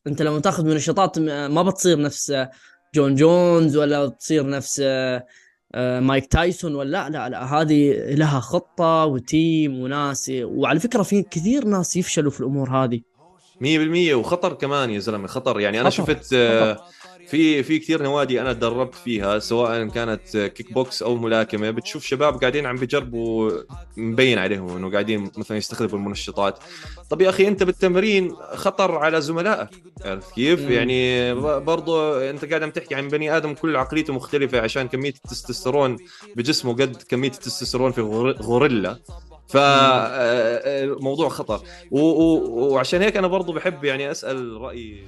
انت لما تاخذ منشطات ما بتصير نفس جون جونز، ولا بتصير نفس مايك تايسون، ولا لا هذه لها خطة وتيم وناس. وعلى فكرة في كثير ناس يفشلوا في الأمور هذه. 100%. وخطر كمان يا زلمه، خطر. يعني انا خطر شفت خطر. في كثير نوادي انا تدربت فيها، سواء كانت كيك بوكس او ملاكمه، بتشوف شباب قاعدين عم بيجربوا، مبين عليهم انه قاعدين مثلا يستخدموا المنشطات. طب يا اخي، انت بالتمرين خطر على زملائك، عرفت كيف امم يعني؟ برضو انت قاعد عم تحكي عن بني ادم كل عقليته مختلفه، عشان كميه التستوستيرون بجسمه قد كميه التستوستيرون في غوريلا. امم فموضوع خطر. وعشان هيك انا برضو بحب يعني اسال راي.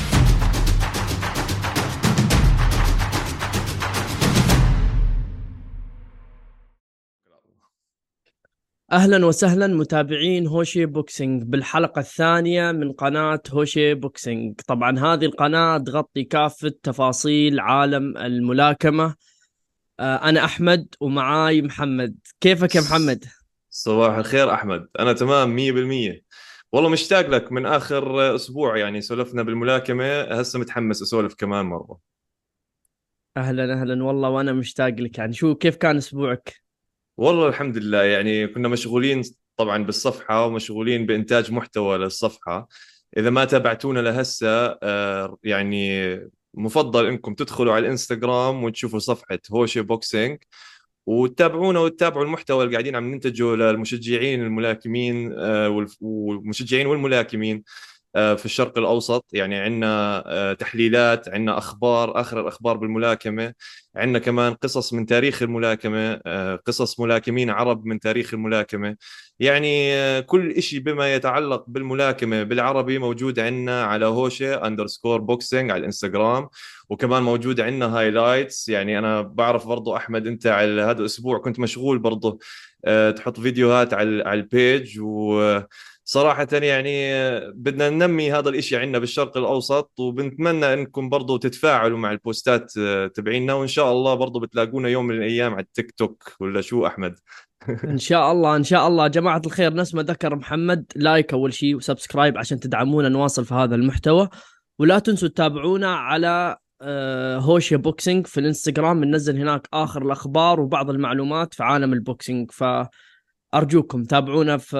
أهلا وسهلا متابعين هوشي بوكسينج بالحلقة الثانية من قناة هوشي بوكسينج. طبعا هذه القناة تغطي كافة تفاصيل عالم الملاكمة. أنا أحمد ومعاي محمد. كيفك يا محمد؟ صباح الخير احمد، انا تمام 100%. والله مشتاق لك من اخر اسبوع، يعني سولفنا بالملاكمه، هسه متحمس اسولف كمان مره. أهلا أهلا والله، وأنا مشتاق لك. يعني شو كيف كان أسبوعك؟ والله الحمد لله، يعني كنا مشغولين طبعا بالصفحه، ومشغولين بانتاج محتوى للصفحه. اذا ما تابعتونا لهسه، يعني مفضل انكم تدخلوا على الانستغرام وتشوفوا صفحه هوشي بوكسينج، وتتابعونا وتتابعوا المحتوى اللي قاعدين عم ننتجه للمشجعين الملاكمين، والمشجعين والملاكمين في الشرق الأوسط. يعني عندنا تحليلات، عندنا أخبار، آخر الأخبار بالملاكمة. عندنا كمان قصص من تاريخ الملاكمة، قصص ملاكمين عرب من تاريخ الملاكمة. يعني كل إشي بما يتعلق بالملاكمة بالعربي موجود عندنا على هوشة أندرسكور بوكسينج على الإنستغرام. وكمان موجود عندنا هايلايتس. يعني أنا بعرف برضو أحمد، أنت على هذا الأسبوع كنت مشغول برضو تحط فيديوهات على البيج. صراحة يعني بدنا ننمي هذا الاشي عندنا بالشرق الاوسط، وبنتمنى انكم برضو تتفاعلوا مع البوستات تبعينا، وان شاء الله برضو بتلاقونا يوم من الايام على التيك توك، ولا شو احمد؟ إن شاء الله إن شاء الله. جماعة الخير، نفس ما ذكر محمد، لايك أول شيء وسبسكرايب عشان تدعمونا نواصل في هذا المحتوى. ولا تنسوا تتابعونا على هوشي بوكسينج في الانستغرام. بننزل هناك آخر الأخبار وبعض المعلومات في عالم البوكسينج. فأرجوكم تابعونا في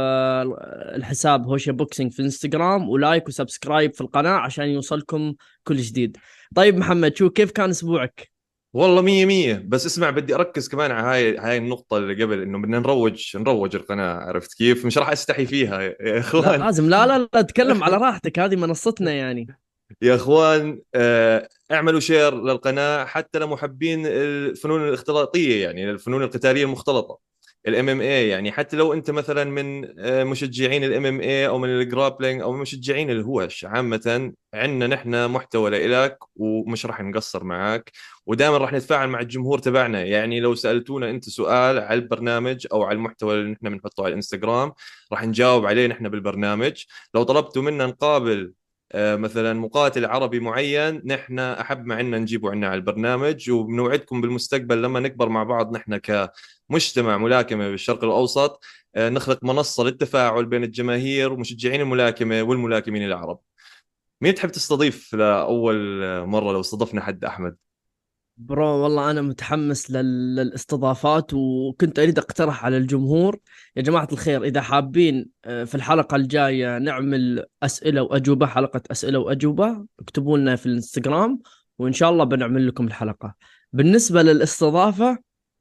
الحساب هوشي بوكسينج في الانستغرام، ولايك وسبسكرايب في القناة عشان يوصلكم كل جديد. طيب محمد، شو كيف كان أسبوعك؟ والله 100%. بس اسمع، بدي اركز كمان على هاي النقطة اللي قبل، انه بدنا نروج القناة، عرفت كيف؟ مش راح استحي فيها يا لا اخوان. لازم، لا تكلم على راحتك، هذه منصتنا يعني. يا اخوان، اعملوا شير للقناة حتى لمحبين الفنون الاختلاطية، يعني الفنون القتالية المختلطة، الام ام اي. يعني حتى لو انت مثلا من مشجعين الام ام اي، او من الجرابلينج، او من مشجعين الهوش عامة، عندنا نحن محتوى لإلك، ومش راح نقصر معك. ودائما راح نتفاعل مع الجمهور تبعنا. يعني لو سألتونا انت سؤال على البرنامج او على المحتوى اللي نحن بنحطه على الانستغرام، راح نجاوب عليه نحن بالبرنامج. لو طلبتوا منا نقابل مثلا مقاتل عربي معين، نحن احب ما عنا نجيبه عنا على البرنامج. وبنوعدكم بالمستقبل لما نكبر مع بعض نحن كمجتمع ملاكمه بالشرق الاوسط، نخلق منصه للتفاعل بين الجماهير ومشجعين الملاكمه والملاكمين العرب. مين تحب تستضيف لاول مره لو استضفنا حد احمد؟ برو والله أنا متحمس للاستضافات، وكنت أريد أقترح على الجمهور. يا جماعة الخير، إذا حابين في الحلقة الجاية نعمل أسئلة وأجوبة، حلقة أسئلة وأجوبة، اكتبوا لنا في الانستغرام وإن شاء الله بنعمل لكم الحلقة. بالنسبة للاستضافة،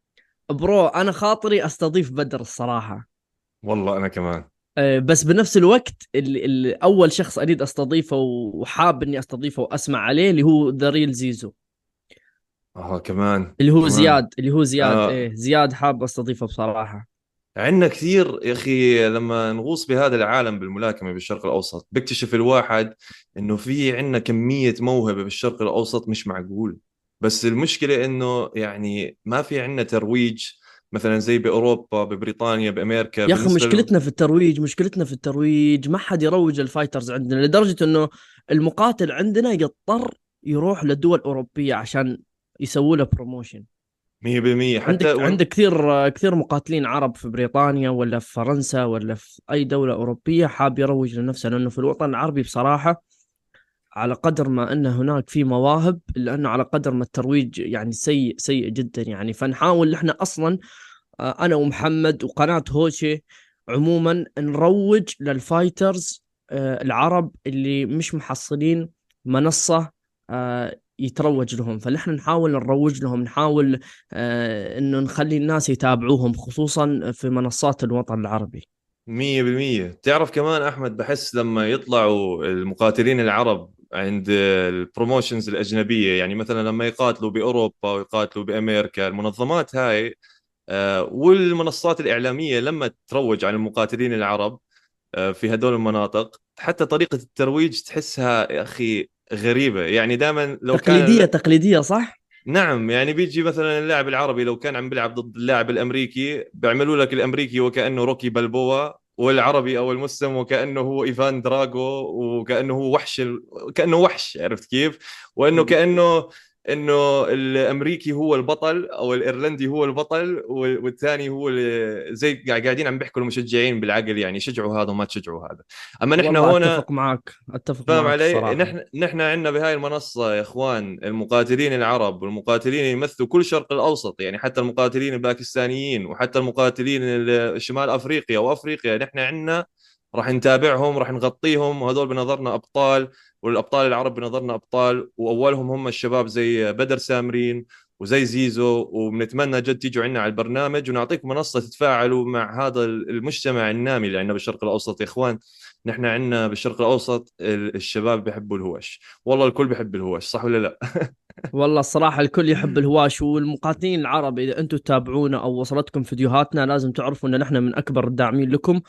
برو أنا خاطري أستضيف بدر الصراحة. والله انا كمان. بس بنفس الوقت اللي أول شخص أريد أستضيفه وحاب إني أستضيفه وأسمع عليه اللي هو ذا ريل زيزو. اه كمان. اللي هو كمان. زياد اللي هو زياد آه. ايه زياد، حاب استضيفه بصراحة. عندنا كثير يا أخي، لما نغوص بهذا العالم بالملاكمة بالشرق الأوسط بيكتشف الواحد إنه في عندنا كمية موهبة بالشرق الأوسط مش معقول. بس المشكلة إنه يعني ما في عندنا ترويج، مثلا زي بأوروبا، ببريطانيا، بأمريكا يا اخي بالنسبة له. مشكلتنا في الترويج، ما حد يروج الفايترز عندنا، لدرجة انه المقاتل عندنا يضطر يروح لدول اوروبية عشان يسووا له بروموشن. 100%. حتى عندك كثير مقاتلين عرب في بريطانيا ولا في فرنسا ولا في اي دولة اوروبية حاب يروج لنفسه، لانه في الوطن العربي بصراحة على قدر ما أن هناك في مواهب، إلا أنه على قدر ما الترويج يعني سيء سيء جدا يعني. فنحاول إحنا أصلا أنا ومحمد وقناة هوشي عموما نروج للفايترز العرب اللي مش محصلين منصة يتروج لهم. فنحن نحاول نروج لهم، نحاول إنه نخلي الناس يتابعوهم خصوصا في منصات الوطن العربي. 100%. تعرف كمان أحمد، بحس لما يطلعوا المقاتلين العرب عند البروموشنز الأجنبية، يعني مثلا لما يقاتلوا بأوروبا ويقاتلوا بأمريكا، المنظمات هاي والمنصات الإعلامية لما تروج عن المقاتلين العرب في هدول المناطق، حتى طريقة الترويج تحسها يا أخي غريبة. يعني دائما لو تقليدية كان، تقليدية، صح؟ نعم، يعني بيجي مثلا اللاعب العربي لو كان عم بيلعب ضد اللاعب الامريكي، بيعملوا لك الامريكي وكانه روكي بالبوا، والعربي او المسلم وكانه هو ايفان دراغو، وكانه هو وحش كانه وحش، عرفت كيف؟ وانه كانه انه الامريكي هو البطل او الايرلندي هو البطل، والثاني هو زي قاعدين عم بيحكوا المشجعين بالعقل، يعني شجعوا هذا وما تشجعوا هذا. اما نحن والله هون، اتفق معك، اتفق فاهم معك علي؟ الصراحة. نحن عندنا بهاي المنصة يا اخوان المقاتلين العرب والمقاتلين اللي يمثلوا كل الشرق الاوسط، يعني حتى المقاتلين الباكستانيين وحتى المقاتلين شمال افريقيا وافريقيا، نحن عندنا راح نتابعهم، راح نغطيهم، وهذول بنظرنا ابطال، والابطال العرب بنظرنا ابطال، واولهم هم الشباب زي بدر سامرين وزي زيزو. وبنتمنى جد تيجوا عنا على البرنامج ونعطيكم منصة تتفاعلوا مع هذا المجتمع النامي اللي عندنا بالشرق الاوسط يا اخوان. نحن عندنا بالشرق الاوسط الشباب بيحبوا الهوش، والله الكل بيحب الهوش، صح ولا لا؟ والله الصراحة الكل يحب الهواش والمقاتلين العرب. إذا أنتم تتابعونا أو وصلتكم فيديوهاتنا لازم تعرفوا أن نحن من أكبر الداعمين لكم،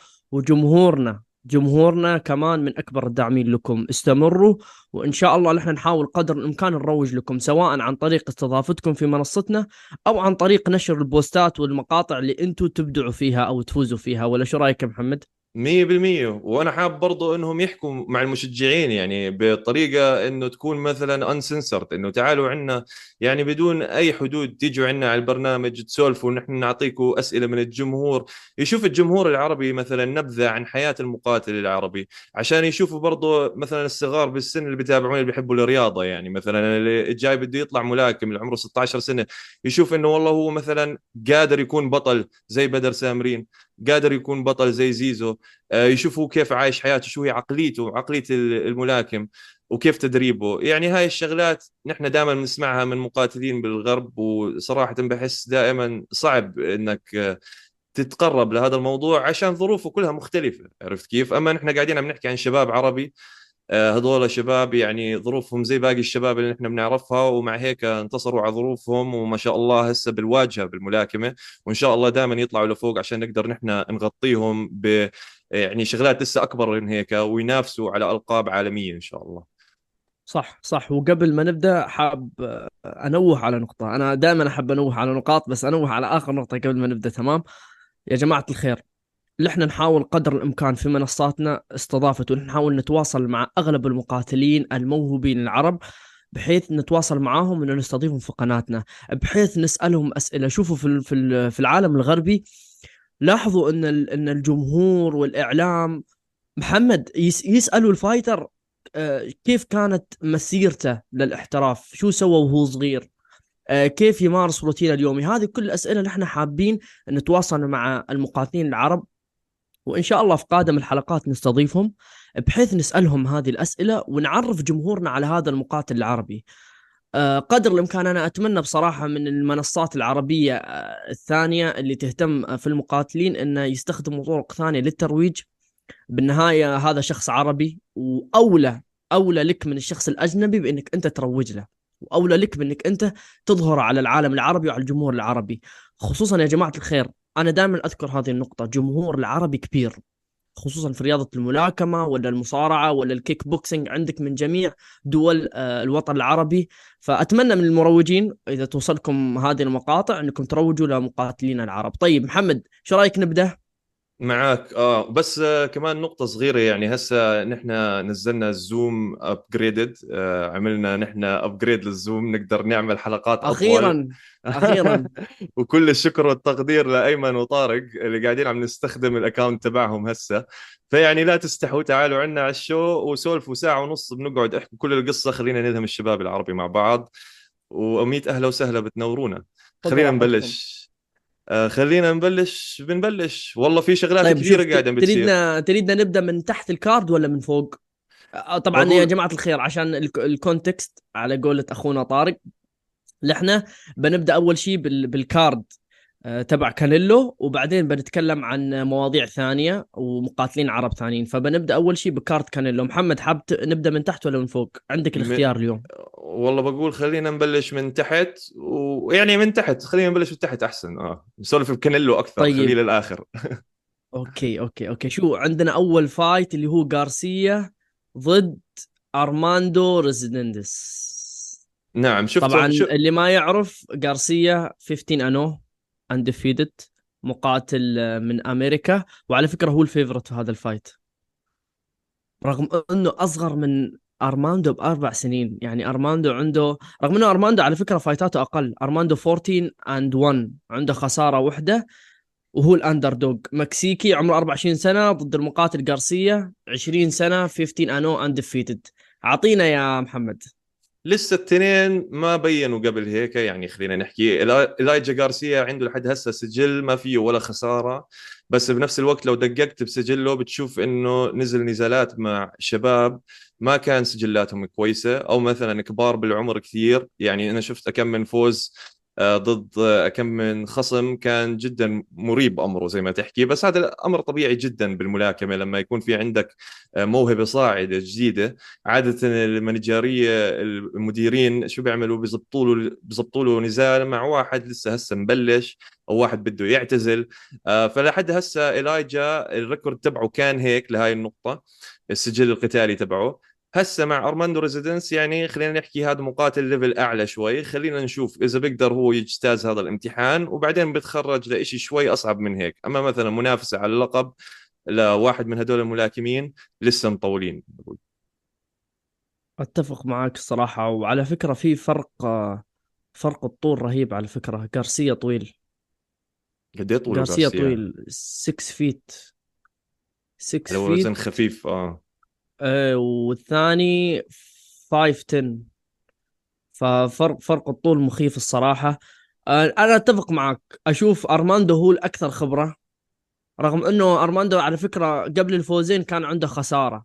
وجمهورنا كمان من أكبر الداعمين لكم. استمروا، وإن شاء الله نحن نحاول قدر الإمكان نروج لكم، سواء عن طريق استضافتكم في منصتنا أو عن طريق نشر البوستات والمقاطع اللي أنتم تبدعوا فيها أو تفوزوا فيها. ولا شو رأيك يا محمد؟ 100%. وانا حاب برضو انهم يحكوا مع المشجعين يعني بطريقه انه تكون مثلا انسنسرد، انه تعالوا عنا يعني بدون اي حدود، تيجوا عنا على البرنامج تسولفوا، ونحن نعطيكم اسئله من الجمهور، يشوف الجمهور العربي مثلا نبذه عن حياه المقاتل العربي، عشان يشوفوا برضو مثلا الصغار بالسن اللي بيتابعون اللي بيحبوا الرياضه، يعني مثلا اللي جاي بده يطلع ملاكم اللي عمره 16 سنه، يشوف انه والله هو مثلا قادر يكون بطل زي بدر سامرين، قادر يكون بطل زي زيزو. يشوفوا كيف عايش حياته، شو هي عقليته، عقلية الملاكم، وكيف تدريبه. يعني هاي الشغلات نحن دائما بنسمعها من مقاتلين بالغرب، وصراحة بحس دائما صعب انك تتقرب لهذا الموضوع عشان ظروفه كلها مختلفة، عرفت كيف؟ اما نحن قاعدين عم نحكي عن شباب عربي، هذول شباب يعني ظروفهم زي باقي الشباب اللي نحن بنعرفها، ومع هيك انتصروا على ظروفهم، وما شاء الله هسه بالواجهة بالملاكمة، وإن شاء الله دائما يطلعوا لفوق عشان نقدر نحن نغطيهم ب يعني شغلات لسه أكبر من هيك، وينافسوا على ألقاب عالمية إن شاء الله. صح صح. وقبل ما نبدأ حاب أنوه على نقطة. أنا دائما أحب أنوه على نقاط، بس أنوه على آخر نقطة قبل ما نبدأ. تمام يا جماعة الخير؟ اللي احنا نحاول قدر الإمكان في منصاتنا استضافة، ونحاول نتواصل مع أغلب المقاتلين الموهوبين العرب، بحيث نتواصل معاهم انه نستضيفهم في قناتنا، بحيث نسألهم أسئلة. شوفوا في العالم الغربي لاحظوا ان الجمهور والإعلام محمد يسألوا الفايتر كيف كانت مسيرته للاحتراف، شو سوى وهو صغير، كيف يمارس روتينه اليومي. هذه كل الأسئلة نحن حابين نتواصل مع المقاتلين العرب، وإن شاء الله في قادم الحلقات نستضيفهم بحيث نسألهم هذه الأسئلة ونعرف جمهورنا على هذا المقاتل العربي. قدر الإمكان أنا أتمنى بصراحة من المنصات العربية الثانية اللي تهتم في المقاتلين أن يستخدموا طرق ثانية للترويج. بالنهاية هذا شخص عربي، أولى لك من الشخص الأجنبي بأنك أنت تروج له، وأولى لك بأنك أنت تظهر على العالم العربي وعلى الجمهور العربي. خصوصا يا جماعة الخير، أنا دائما أذكر هذه النقطة، جمهور العربي كبير، خصوصا في رياضة الملاكمة ولا المصارعة ولا الكيك بوكسينج، عندك من جميع دول الوطن العربي. فأتمنى من المروجين إذا توصلكم هذه المقاطع أنكم تروجوا لمقاتلين العرب. طيب محمد، شو رأيك نبدأ؟ معك بس كمان نقطة صغيرة، يعني هسه نحن نزلنا الزوم ابجريدد، عملنا نحن ابجريد للزوم، نقدر نعمل حلقات أطول. اخيرا، اخيرا. وكل الشكر والتقدير لأيمن وطارق اللي قاعدين عم نستخدم الاكونت تبعهم هسه. فيعني لا تستحوا، تعالوا عنا على الشو وسولفوا ساعة ونص، بنقعد احكي كل القصة، خلينا نلهم الشباب العربي مع بعض. وأميت أهلا وسهلا، بتنورونا. خذوا خلينا راحتكم. نبلش. خلينا بنبلش والله في شغلات طيب شوف، كثيرة قاعدة بتصير. تريدنا نبدا من تحت الكارد ولا من فوق؟ طبعا يا بقول جماعه الخير، عشان الكونتكست على قولة اخونا طارق، اللي احنا بنبدا اول شيء بالكارد تبع كانيلو، وبعدين بنتكلم عن مواضيع ثانيه ومقاتلين عرب ثانيين. فبنبدا اول شيء بكارد كانيلو. محمد، حاب نبدا من تحت ولا من فوق؟ عندك م... الاختيار اليوم. والله بقول خلينا نبلش من تحت، ويعني من تحت، خلينا نبلش من تحت أحسن. نسولف بكانيلو أكثر، خليه طيب، للآخر. اوكي. شو عندنا اول فايت اللي هو غارسيا ضد ارماندو ريزيدندس. نعم طبعا شفته شو. اللي ما يعرف، غارسيا 15 انو اندفيدد، مقاتل من امريكا، وعلى فكره هو الفيفورت في هذا الفايت، رغم انه اصغر من ارماندو ب4 سنين. يعني ارماندو عنده، رغم انه ارماندو على فكره فايتاته اقل، ارماندو 14 اند 1، عنده خساره واحده، وهو الاندر دوغ. مكسيكي عمره 24 سنه ضد المقاتل غارسيا 20 سنه، 15 انو اندفيتد. اعطينا يا محمد. لسه التنين ما بينوا قبل هيك، يعني خلينا نحكي إلايجا غارسيا عنده لحد هسه سجل ما فيه ولا خسارة. بس بنفس الوقت لو دققت بسجله بتشوف انه نزل نزالات مع شباب ما كان سجلاتهم كويسة، او مثلا كبار بالعمر كثير. يعني انا شفت كم من فوز ضد كم من خصم كان جدا مريب امره زي ما تحكي. بس هذا الامر طبيعي جدا بالملاكمة، لما يكون في عندك موهبة صاعدة جديدة. عادة المانجيرية المديرين شو بيعملوا؟ بيزبطوا له نزال مع واحد لسه هسه مبلش، او واحد بده يعتزل. فلحد هسه إلايجا الريكورد تبعه كان هيك لهاي النقطة، السجل القتالي تبعه. هسه مع ارماندو ريزيدنس يعني خلينا نحكي هذا مقاتل ليفل اعلى شوي، خلينا نشوف اذا بيقدر هو يجتاز هذا الامتحان، وبعدين بيتخرج لإشي شوي اصعب من هيك. اما مثلا منافسة على اللقب لواحد من هدول الملاكمين لسه مطولين. اتفق معاك الصراحه. وعلى فكره في فرق الطول رهيب. على فكره غارسيا طويل، قد ايه طوله غارسيا غارسيا؟ طويل 6 فيت، 6 على وزن فيت. خفيف والثاني 5 10. فرق الطول مخيف الصراحة. أنا أتفق معك، أشوف أرماندو هو الأكثر خبرة، رغم أنه أرماندو على فكرة قبل الفوزين كان عنده خسارة،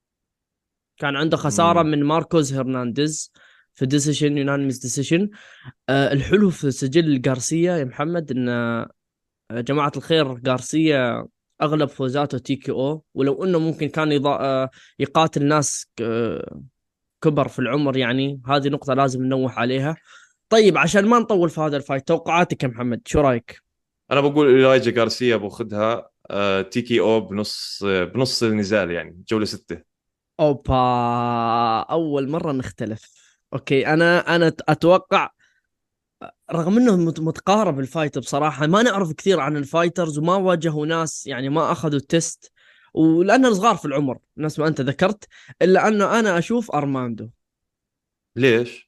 كان عنده خسارة امم من ماركوز هرنانديز في ديسيشن، يونانيمس ديسيشن. الحلو في سجل غارسيا يا محمد أن جماعة الخير، غارسيا أغلب فوزاته تي كي أو، ولو أنه ممكن كان يقاتل ناس كبر في العمر. يعني هذه نقطة لازم ننوه عليها. طيب عشان ما نطول في هذا الفايت، توقعاتك يا محمد، شو رايك؟ انا بقول إيلايجا غارسيا باخذها تيكي او بنص النزال، يعني جولة 6. اوبا، اول مرة نختلف. اوكي، انا اتوقع، رغم انه متقارب الفايت بصراحة، ما نعرف كثير عن الفايترز وما واجهوا ناس، يعني ما اخذوا التست، ولانه صغار في العمر نفس ما انت ذكرت. الا انه انا اشوف ارماندو. ليش؟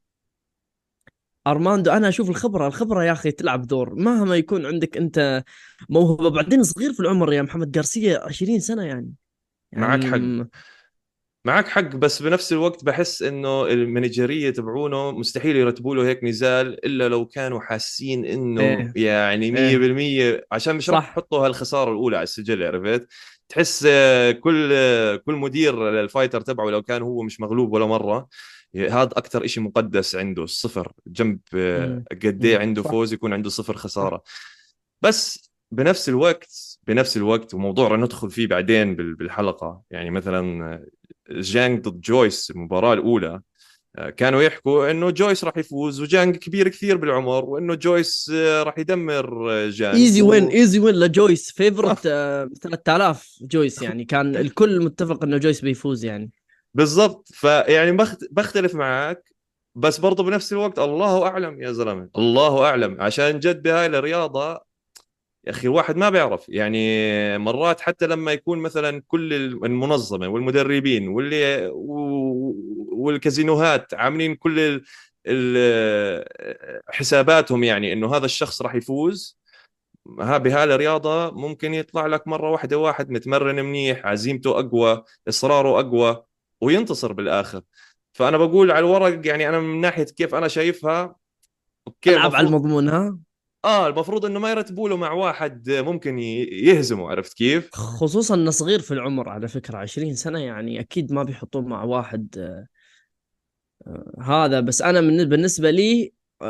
ارماندو انا اشوف الخبره يا اخي تلعب دور، مهما يكون عندك انت موهبه. بعدين صغير في العمر يا محمد، غارسيا 20 سنه يعني. معك يعني حق، معك حق. بس بنفس الوقت بحس انه المانجيرية تبعونه مستحيل يرتبوا له هيك نزال الا لو كانوا حاسين انه ايه، يعني ايه، 100%، عشان مش راح صح. يحطوا هالخسارة الاولى على السجل. عرفت؟ تحس كل مدير للفايتر تبعه لو كان هو مش مغلوب ولا مرة، هذا اكثر اشي مقدس عنده، الصفر جنب قد ايه عنده صح. فوز يكون عنده صفر صح. خسارة. بس بنفس الوقت وموضوع ندخل فيه بعدين بالحلقة، يعني مثلا جانج ضد جويس المباراة الأولى، كانوا يحكوا انه جويس راح يفوز، وجانج كبير كثير بالعمر، وانه جويس راح يدمر جانج ايزي وين، ايزي وين لجويس، فيفورت 3000 جويس. يعني كان الكل متفق انه جويس بيفوز يعني. بالضبط. فيعني بختلف معك، بس برضه بنفس الوقت الله اعلم يا زلمه، الله اعلم، عشان جد بهاي الرياضه يا اخي الواحد ما بيعرف يعني. مرات حتى لما يكون مثلا كل المنظمه والمدربين والكازينوهات عاملين كل حساباتهم، يعني انه هذا الشخص راح يفوز، بهاي الرياضه ممكن يطلع لك مره واحده واحد متمرن منيح، عزيمته اقوى، اصراره اقوى، وينتصر بالاخر. فانا بقول على الورق، يعني انا من ناحيه كيف انا شايفها، اوكي العب على المفروض، المضمون ها. المفروض انه ما يرتبوا له مع واحد ممكن يهزمه، عرفت كيف؟ خصوصا انه صغير في العمر على فكرة، 20 سنة يعني اكيد ما بيحطوه مع واحد هذا. بس انا بالنسبة لي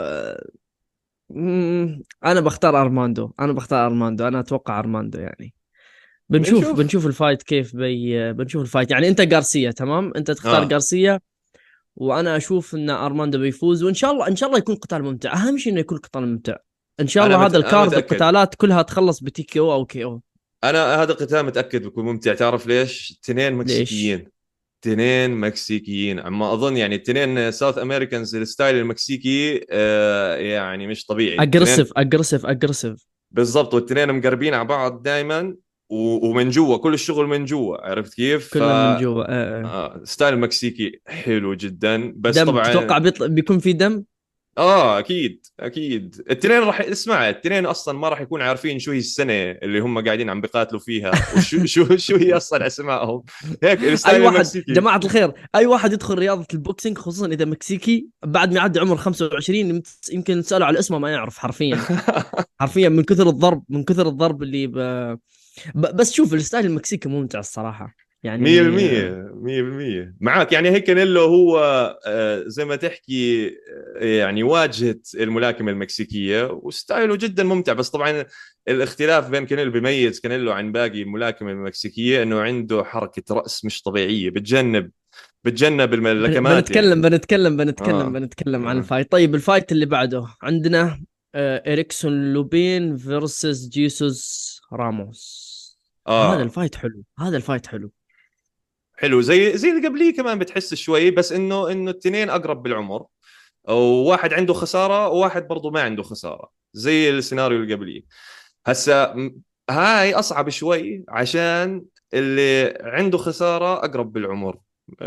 انا بختار ارماندو، انا اتوقع ارماندو يعني. بنشوف. بنشوف الفايت كيف بنشوف الفايت. يعني انت غارسيا تمام، انت تختار اه غارسيا، وانا اشوف ان ارماندو بيفوز، وان شاء الله ان شاء الله يكون قتال ممتع. اهم شيء انه يكون قتال ممتع. ان شاء الله هذا انا الكارد متاكد. القتالات كلها تخلص بتي كي او او كي او. انا هذا القتال متاكد بيكون ممتع. تعرف ليش؟ اثنين ليش؟ مكسيكيين، اثنين مكسيكيين عما اظن، يعني اثنين ساوث امريكانز، الستايل المكسيكي يعني مش طبيعي اثنين. اجريسيف. بالضبط، والاثنين مقربين على بعض دائما، ومن جوا كل الشغل من جوا، عرفت كيف؟ كله من جوا ستايل مكسيكي حلو جدا، بس دم تتوقع طبعا بيكون في دم؟ اكيد اكيد. الاثنين راح اسمع، الاثنين اصلا ما راح يكونوا عارفين شو هي السنه اللي هم قاعدين عم بيقاتلوا فيها، وشو شو هي اصلا اسمائهم. هيك اي الستايل واحد المكسيكي. جماعة الخير، اي واحد يدخل رياضة البوكسينج خصوصا اذا مكسيكي بعد ما يعدي عمر 25 يمكن نسأله على اسمه ما يعرف حرفيا. حرفيا من كثر الضرب، اللي بس شوف الستايل المكسيكي ممتع الصراحة يعني 100% 100% معك. يعني هيك كانيلو هو زي ما تحكي يعني واجهة الملاكمة المكسيكية، وستايله جدا ممتع. بس طبعا الاختلاف بين كانيلو، بيميز كانيلو عن باقي الملاكمة المكسيكية، انه عنده حركة رأس مش طبيعية، بتجنب اللكمات يعني. اه بنتكلم عن اه, الفايت. طيب الفايت اللي بعده عندنا إريكسون لوبين فيرسس جيسوس راموس. هذا آه. الفايت حلو، هذا الفايت حلو. حلو، زي اللي قبليه كمان بتحس شوي، بس انه التنين اقرب بالعمر، وواحد عنده خسارة وواحد برضه ما عنده خسارة، زي السيناريو اللي قبليه. هسا هاي أصعب شوي، عشان اللي عنده خسارة أقرب بالعمر،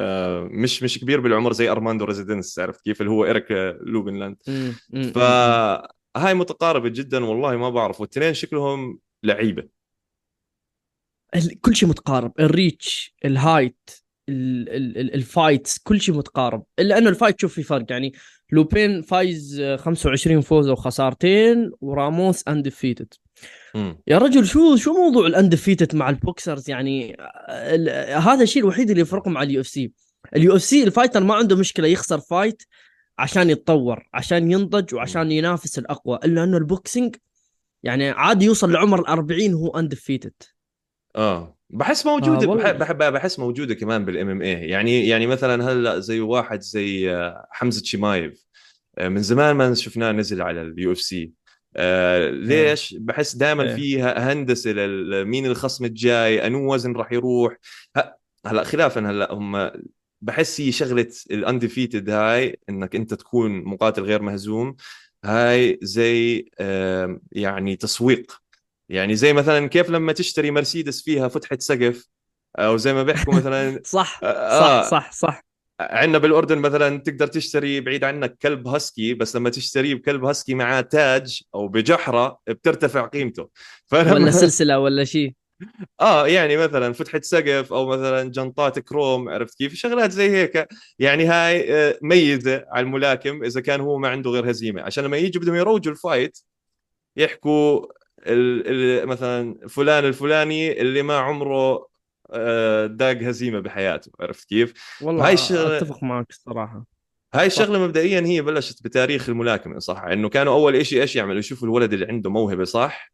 مش كبير بالعمر زي أرماندو ريزيدنس، عرفت كيف؟ اللي هو إيريك لوبنلاند. أمم. فهاي متقاربة جدا، والله ما بعرف، والتنين شكلهم لعيبة. كل شيء متقارب، الريتش، الهايت، الفايتس، كل شيء متقارب، الا انه الفايت شوف في فرق يعني. لوبين فايز 25 فوز وخسارتين، وراموس اندفيتد. مم. يا رجل شو موضوع الاندفيتد مع البوكسرز يعني؟ هذا الشيء الوحيد اللي يفرقهم مع اليو اف سي. اليو اف سي الفايتر ما عنده مشكله يخسر فايت عشان يتطور، عشان ينضج، مم. وعشان ينافس الاقوى، الا انه البوكسينج يعني عادي يوصل لعمر ال40 هو اندفيتد. بحس موجودة، والله بحس موجودة كمان بالام ام اي. يعني مثلا هلا زي واحد زي حمزة شمايف، من زمان ما شفناه نزل على اليو اف سي. ايه ليش؟ بحس دائما ايه فيها هندسه لمين الخصم الجاي، انو وزن راح يروح. هلا خلافا، هلا هم بحس هي شغله الانديفيتد هاي، انك انت تكون مقاتل غير مهزوم. هاي زي يعني تسويق. يعني زي مثلا كيف لما تشتري مرسيدس فيها فتحة سقف، او زي ما بيحكوا مثلا صح صح صح صح. عندنا بالاردن مثلا تقدر تشتري بعيد عنك كلب هاسكي، بس لما تشتريه بكلب هاسكي معاه تاج او بجحره بترتفع قيمته. ولا فلما سلسله ولا شيء. يعني مثلا فتحه سقف، او مثلا جنطات كروم، عرفت كيف؟ شغلات زي هيك. يعني هاي ميزه على الملاكم اذا كان هو ما عنده غير هزيمه، عشان لما يجوا بدهم يروجوا الفايت يحكوا مثلا فلان الفلاني اللي ما عمره داق هزيمه بحياته، عرفت كيف؟ والله وهاي الشغله، اتفق معك الصراحه. هاي صح. الشغله مبدئيا هي بلشت بتاريخ الملاكمه، صح؟ انه كانوا اول شيء ايش يعملوا؟ يشوفوا الولد اللي عنده موهبه، صح؟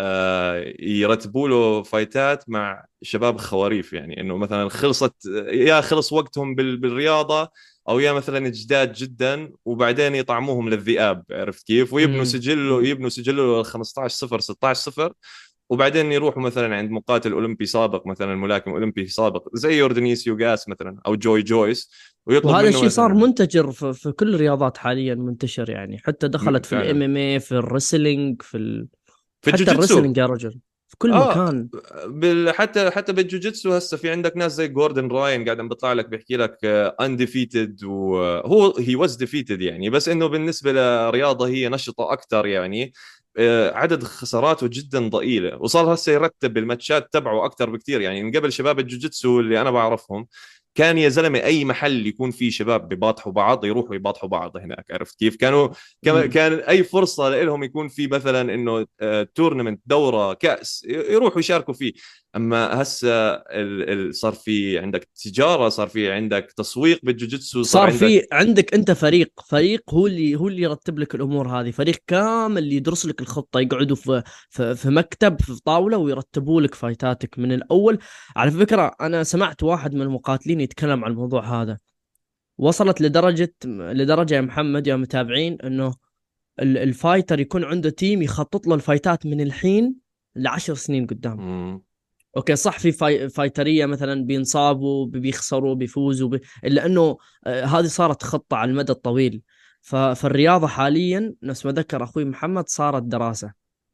يرتبوا له فايتات مع شباب خواريف، يعني انه مثلا خلصت، يا خلص وقتهم بالرياضه، او يا مثلا جداد جدا، وبعدين يطعموهم للذئاب، عرفت كيف؟ ويبنوا سجله، امم. يبنوا سجله 15 0 16 0. وبعدين يروحوا مثلا عند مقاتل اولمبي سابق، مثلا ملاكم اولمبي سابق زي يوردنيس يوغاس مثلا، او جوي جويس، ويطلب وهذا منه الشيء صار مثلا. منتشر في كل الرياضات حاليا، منتشر يعني، حتى دخلت في الام فعلا. ام اي، في الرسلينج، في حتى الجوجيتسو. الرسلينج يا رجل في كل اه مكان. حتى بالجوجيتسو هسه في عندك ناس زي جوردن راين قاعد عم بيطلع لك بيحكي لك انديفيتد، وهو هي واز ديفيتد يعني، بس انه بالنسبه لرياضه هي نشطه اكثر يعني. عدد خساراته جدا ضئيله، وصار هسه يرتب الماتشات تبعه اكثر بكثير يعني. من قبل شباب الجوجيتسو اللي انا بعرفهم كان يا زلمه اي محل يكون فيه شباب بباطحوا بعض يروحوا يباطحوا بعض هناك، عرفت كيف؟ كان اي فرصه لهم يكون في مثلا انه تورنمنت دوره كاس يروحوا يشاركوا فيه. اما هسه صار في عندك تجاره، صار في عندك تسويق بالجوجيتسو، صار صار عندك. في عندك انت فريق هو اللي يرتب لك الامور هذه، فريق كامل اللي يدرس لك الخطه، يقعدوا في مكتب في طاوله ويرتبوا لك فايتاتك من الاول. على فكره انا سمعت واحد من المقاتلين يتكلم عن الموضوع هذا، وصلت لدرجه يا محمد يا متابعين انه الفايتر يكون عنده تيم يخطط له الفايتات من الحين ل10 سنين قدام. مم. اوكي صح، في فايتريه مثلا بينصابوا بيخسروا بيفوزوا الا انه هذه صارت خطه على المدى الطويل. فالرياضه حاليا نفس ما ذكر اخوي محمد صارت دراسه.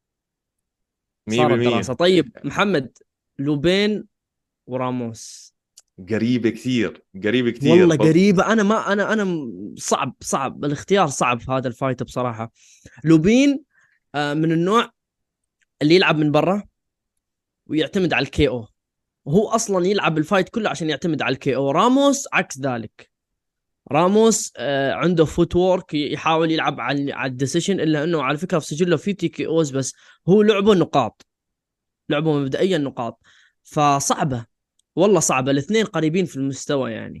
صارت دراسه. 100%. طيب محمد، لوبين وراموس. قريبه كثير، قريبه كثير والله قريبه. انا ما انا صعب الاختيار، صعب في هذا الفايت بصراحه. لوبين من النوع اللي يلعب من برا ويعتمد على الكي او، وهو اصلا يلعب الفايت كله عشان يعتمد على الكي او. راموس عكس ذلك. راموس عنده فوت وورك، يحاول يلعب على الديسيشن، الا انه على فكره في سجله في تي كي اوز، بس هو لعبه نقاط، لعبه مبدئيا نقاط. فصعبه، والله صعبه. الاثنين قريبين في المستوى يعني.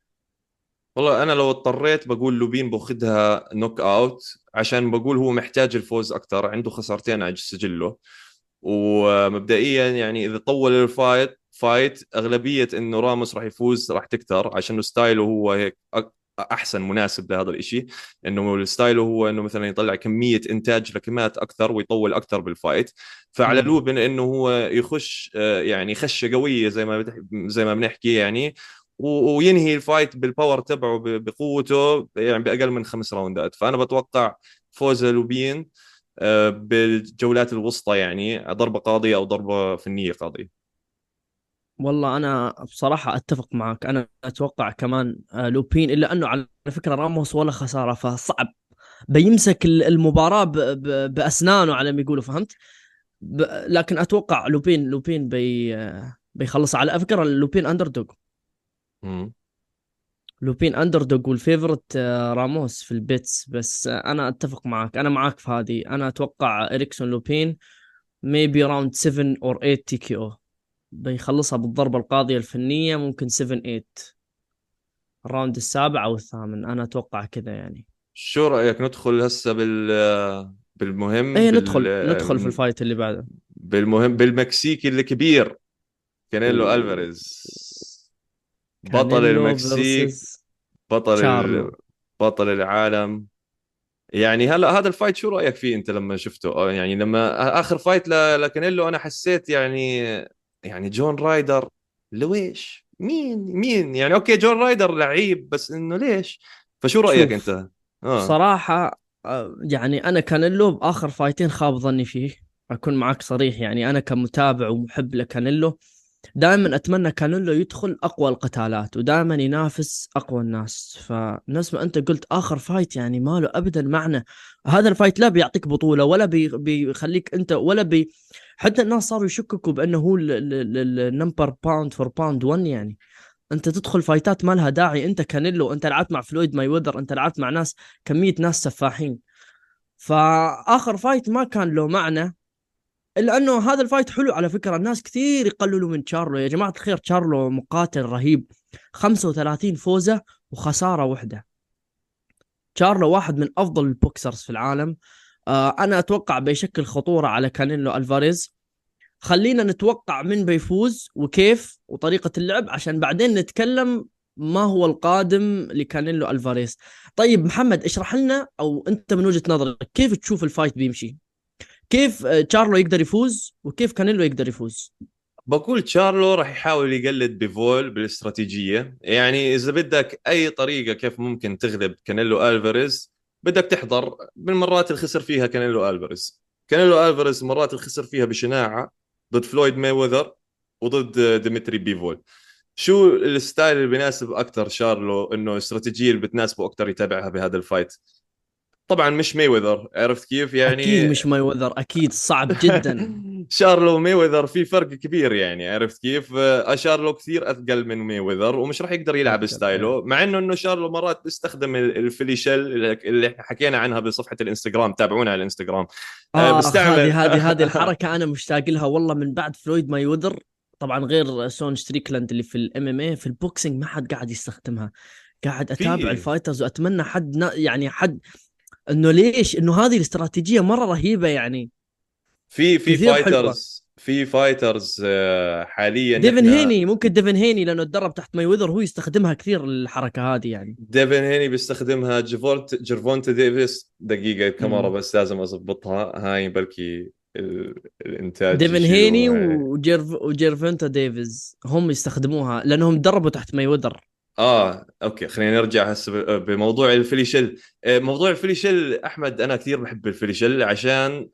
والله انا لو اضطريت بقول لوبين باخذها نوك اوت، عشان بقول هو محتاج الفوز اكثر، عنده خسارتين على سجله. ومبدئيا يعني اذا طول الفايت اغلبيه انه راموس راح يفوز، راح تكتر عشان ستايله هو هيك احسن مناسب لهذا الاشي. انه الستايله هو انه مثلا يطلع كميه انتاج لكمات اكثر ويطول اكثر بالفايت. فعلى مم. لوبن انه هو يخش يعني خشه قويه زي ما بنحكي يعني، وينهي الفايت بالباور تبعه بقوته يعني باقل من 5 راوندات. فانا بتوقع فوز لوبين بالجولات الوسطى، يعني ضربة قاضية أو ضربة فنية قاضية. والله انا بصراحه اتفق معك. انا اتوقع كمان لوبين، الا انه على فكره راموس ولا خساره، فصعب بيمسك المباراه باسنانه على ما يقولوا، فهمت؟ لكن اتوقع لوبين بيخلص. على فكره لوبين اندردوغ. مم. لوبين اندردوغ والفيفورت راموس في البيتس. بس انا اتفق معك، انا معك في هذه. انا اتوقع اريكسون لوبين maybe around 7 or 8 تي كي او، بيخلصها بالضربة القاضية الفنية، ممكن 7 8 الراوند السابع او الثامن. انا اتوقع كذا يعني. شو رأيك ندخل هسه بالمهم ايه، ندخل في الفايت اللي بعده. بالمكسيكي الكبير، كانيلو أوه. ألفاريز، بطل كانيلو المكسيك، فيرسز بطل تشارلو. بطل العالم. يعني هلا هذا الفايت شو رأيك فيه انت لما شفته؟ يعني لما اخر فايت لكانيلو انا حسيت يعني جون رايدر لويش مين يعني؟ اوكي جون رايدر لعيب، بس انه ليش؟ فشو رأيك شوف، انت؟ اه. بصراحة يعني أنا كانيلو بآخر فايتين خاب ظني فيه. أكون معك صريح يعني، أنا كمتابع ومحب لكانيلو دائما أتمنى كانيلو يدخل أقوى القتالات، ودائما ينافس أقوى الناس. فنفس ما أنت قلت آخر فايت يعني ما له أبدا معنى. هذا الفايت لا بيعطيك بطولة، ولا بيخليك أنت، حتى الناس صاروا يشككوا بأنه هو النمبر باوند فور باوند 1 يعني. انت تدخل فايتات ما لها داعي. انت كانيلو، انت لعبت مع فلويد ماي وذر، انت لعبت مع ناس، كمية ناس سفاحين. فاخر فايت ما كان له معنى. الا انه هذا الفايت حلو على فكرة. الناس كثير يقللوا من تشارلو، يا جماعة الخير تشارلو مقاتل رهيب. 35 فوزة وخسارة واحدة. تشارلو واحد من افضل البوكسرز في العالم. انا اتوقع بيشكل خطورة على كانيلو الفاريز. خلينا نتوقع من بيفوز وكيف وطريقة اللعب، عشان بعدين نتكلم ما هو القادم لكانيلو ألفاريز. طيب محمد، اشرح لنا، أو أنت من وجهة نظرك كيف تشوف الفايت بيمشي؟ كيف تشارلو يقدر يفوز وكيف كانيلو يقدر يفوز؟ بقول تشارلو راح يحاول يقلد بيفول بالاستراتيجية. يعني إذا بدك أي طريقة كيف ممكن تغلب كانيلو ألفاريز، بدك تحضر بالمرات اللي خسر فيها كانيلو ألفاريز. كانيلو ألفاريز مرات خسر فيها بشناعة ضد فلويد مايوذر وضد ديمتري بيفول. شو الستايل اللي بيناسب اكثر شارلو، انه الاستراتيجيه اللي بتناسبه اكثر يتابعها بهذا الفايت؟ طبعا مش مايوذر، عرفت كيف اكيد يعني. مش ماي وذر، اكيد صعب جدا. شارلو ومايوذر في فرق كبير يعني، عرفت كيف. شارلو كثير اثقل من مايوذر ومش راح يقدر يلعب اثقل ايه. ستايله، مع انه شارلو مرات بيستخدم الفيلي شيل اللي حكينا عنها بصفحه الانستغرام، تابعونا على الانستغرام. بستعمل هذه الحركه انا مشتاق لها والله من بعد فلويد ماي وذر. طبعا غير سون ستريكلاند اللي في الام ام اي، في البوكسينج ما حد قاعد يستخدمها. قاعد اتابع في الفايترز واتمنى حد يعني حد، انه ليش انه هذه الاستراتيجيه مره رهيبه يعني. في كثير حلوه. فايترز حاليا ديفن نحن. هيني، ممكن ديفن هيني لانه اتدرب تحت ماي وذر هو يستخدمها كثير الحركه هذه يعني. ديفن هيني بيستخدمها، جيرفونتا ديفيس دقيقة كاميرا امم بس لازم أضبطها هاي، بلكي الإنتاج ديفن هيني يشيلوها هاي. وجيرفنتا ديفيز هم يستخدموها لانهم تدربوا تحت ماي وذر. اوكي، خلينا نرجع هسه بموضوع الفيليشل. موضوع الفيليشل احمد، انا كثير بحب الفيليشل عشان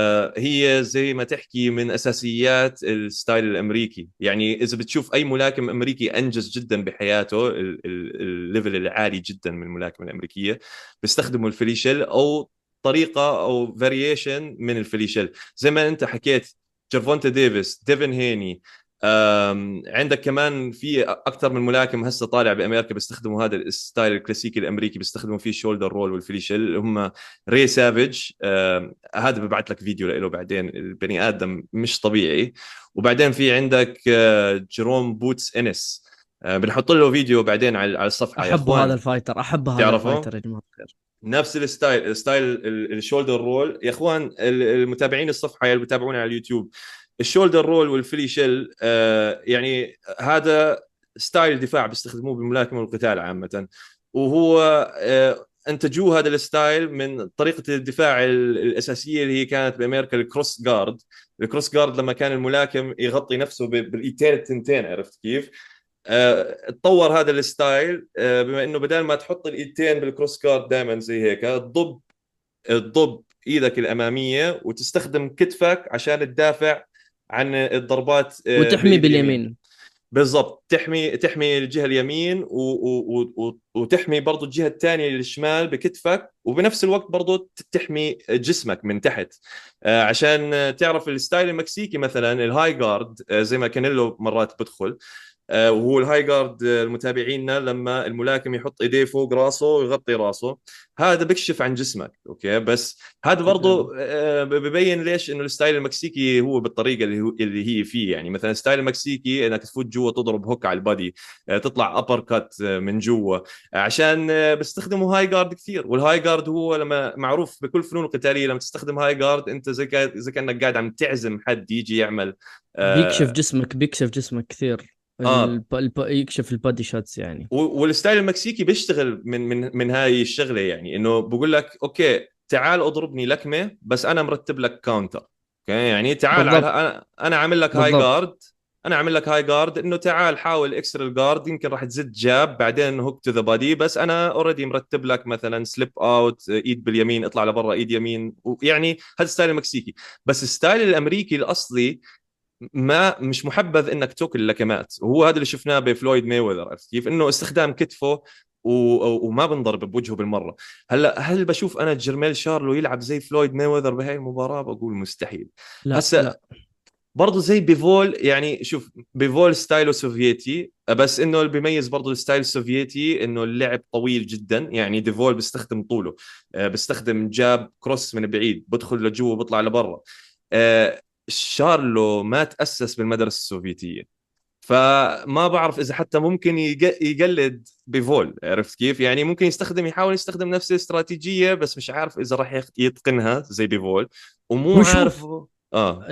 هي زي ما تحكي من اساسيات الستايل الامريكي. يعني اذا بتشوف اي ملاكم امريكي انجز جدا بحياته، الليفل العالي جدا من الملاكمه الامريكيه، بيستخدموا الفيليشل او طريقه او فاريشن من الفيليشل. زي ما انت حكيت، جيرفونتا ديفيس، ديفن هيني. عندك كمان في اكثر من ملاكم هسه طالع بامريكا بيستخدموا هذا الستايل الكلاسيكي الامريكي، بيستخدموا فيه الشولدر رول والفيليشل، هم ري سافيج. هذا ببعث لك فيديو له بعدين، البني ادم مش طبيعي. وبعدين في عندك جيروم بوتس انس، بنحط له فيديو بعدين على الصفحه يا احب هذا اخوان. الفايتر، احب هذا تعرفوا الفايتر يا جماعه الخير. نفس الستايل الشولدر رول يا اخوان، المتابعين الصفحه اللي بتابعونا على اليوتيوب. الشولدر رول والفلي شيل يعني هذا ستايل دفاع بيستخدموه بالملاكمه والقتال عامه. وهو انتجوه هذا الستايل من طريقه الدفاع الاساسيه اللي هي كانت بامريكا، الكروس جارد. الكروس جارد لما كان الملاكم يغطي نفسه بالايدين التنتين، عرفت كيف. اتطور هذا الستايل بما انه بدل ما تحط الايدتين بالكروس كارد دائما زي هيك، تضب ايدك الاماميه وتستخدم كتفك عشان تدافع عن الضربات وتحمي بالايد اليمين. باليمين. بالضبط، تحمي الجهه اليمين وتحمي برضو الجهه الثانيه الشمال بكتفك، وبنفس الوقت برضو تحمي جسمك من تحت. عشان تعرف الستايل المكسيكي مثلا الهاي جارد، زي ما كانيلو مرات بدخل. وهو الهاي جارد، المتابعينا لما الملاكم يحط ايديه فوق راسه ويغطي راسه، هذا بكشف عن جسمك. اوكي، بس هذا كده. برضه ببين ليش انه الستايل المكسيكي هو بالطريقه اللي هي فيه. يعني مثلا الستايل المكسيكي انك تفوت جوا تضرب هوك على البادي، تطلع ابر كات من جوا، عشان بيستخدموا هاي جارد كثير. والهاي جارد هو لما معروف بكل فنون القتاليه، لما تستخدم هاي جارد انت زي كانك قاعد عم تعزم حد يجي يعمل بيكشف آه جسمك، بيكشف جسمك كثير. آه يكشف البادي شوتس يعني. والستايل المكسيكي بيشتغل من هاي الشغله. يعني انه بقول لك اوكي تعال اضربني لكمه بس انا مرتب لك كاونتر. اوكي، يعني تعال على بالضبط. انا عامل لك هاي بالضبط. جارد. انا عامل لك هاي جارد، انه تعال حاول اكسر الجارد، يمكن راح تزد جاب بعدين هوك تو ذا بادي، بس انا اوريدي مرتب لك مثلا سليب اوت، ايد باليمين اطلع لبرا، ايد يمين. يعني هذا الستايل المكسيكي. بس الستايل الامريكي الاصلي ما مش محبذ انك تاكل لكمات، وهو هذا اللي شفناه بفلويد مايوذر، عرفت كيف، انه استخدام كتفه وما بنضرب بوجهه بالمره. هلا هل بشوف انا جيرميل شارلو يلعب زي فلويد مايوذر بهاي المباراه؟ بقول مستحيل. لا هسا لا. برضه زي بيفول، يعني شوف بيفول ستايله سوفيتي، بس انه اللي بيميز برضه الستايل السوفيتي انه اللعب طويل جدا. يعني ديفول بيستخدم طوله، بيستخدم جاب كروس من بعيد، بدخل لجوا بيطلع لبرا. آه، شارلو ما تأسس بالمدرسة السوفيتية، فما بعرف إذا حتى ممكن يقلد بيفول، عرفت كيف. يعني ممكن يحاول يستخدم نفس الاستراتيجية، بس مش عارف إذا راح يتقنها زي بيفول. ومو هو عارف. شوف، آه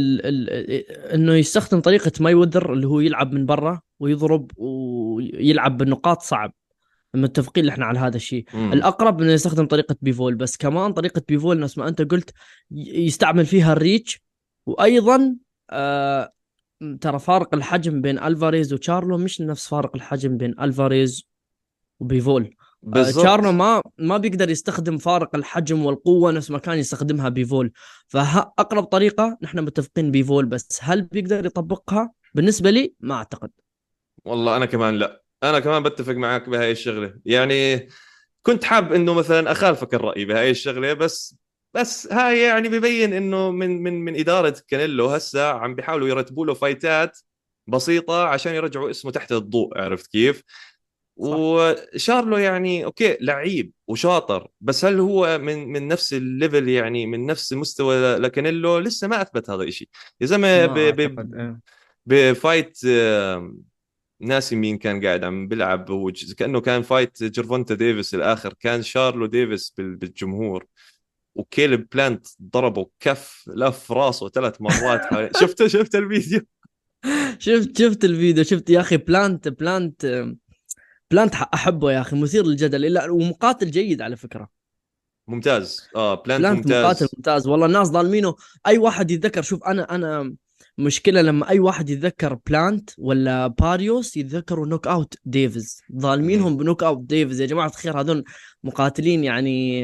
انه يستخدم طريقه ماي وذر اللي هو يلعب من برا ويضرب ويلعب بالنقاط صعب. متفقين احنا على هذا الشيء. امم الاقرب انه يستخدم طريقه بيفول، بس كمان طريقه بيفول نفس ما انت قلت يستعمل فيها الريتش. وايضا آه ترى فارق الحجم بين الفاريز وتشارلو مش نفس فارق الحجم بين الفاريز وبيفول. تشارلو بالضبط. ما بيقدر يستخدم فارق الحجم والقوة نفس ما كان يستخدمها بيفول. فأقرب طريقة نحن متفقين بيفول، بس هل بيقدر يطبقها؟ بالنسبة لي ما أعتقد. والله انا كمان لا، انا كمان بتفق معك بهاي الشغله يعني. كنت حاب انه مثلا اخالفك الراي بهاي الشغله، بس هاي يعني ببين انه من اداره كانيلو هسه عم بيحاولوا يرتبوا له فايتات بسيطه عشان يرجعوا اسمه تحت الضوء، عرفت كيف؟ صح. وشارلو يعني اوكي لعيب وشاطر، بس هل هو من نفس الليفل، يعني من نفس المستوى لكانيلو؟ لسه ما اثبت هذا الشيء يا زلمه. ما أعتقد إيه. بفايت ناسي مين كان قاعد عم بيلعب، هو كأنه كان فايت جيرفونتا ديفيس الآخر، كان شارلو ديفيس بالجمهور، وكيلب بلانت ضربه كف لف راسه 3 مرات حوالي. شفت الفيديو؟ شفت الفيديو، شفت يا أخي. بلانت أحبه يا أخي، مثير للجدل، إلا ومقاتل جيد على فكرة. ممتاز، بلانت بلانت مقاتل ممتاز. ممتاز والله، الناس ظالمينه. اي واحد يتذكر، شوف انا مشكله لما اي واحد يتذكر بلانت ولا باريوس يتذكروا نوك اوت ديفيز، مهم. ظالمينهم بنوك اوت ديفيز. يا جماعه الخير هذول مقاتلين يعني،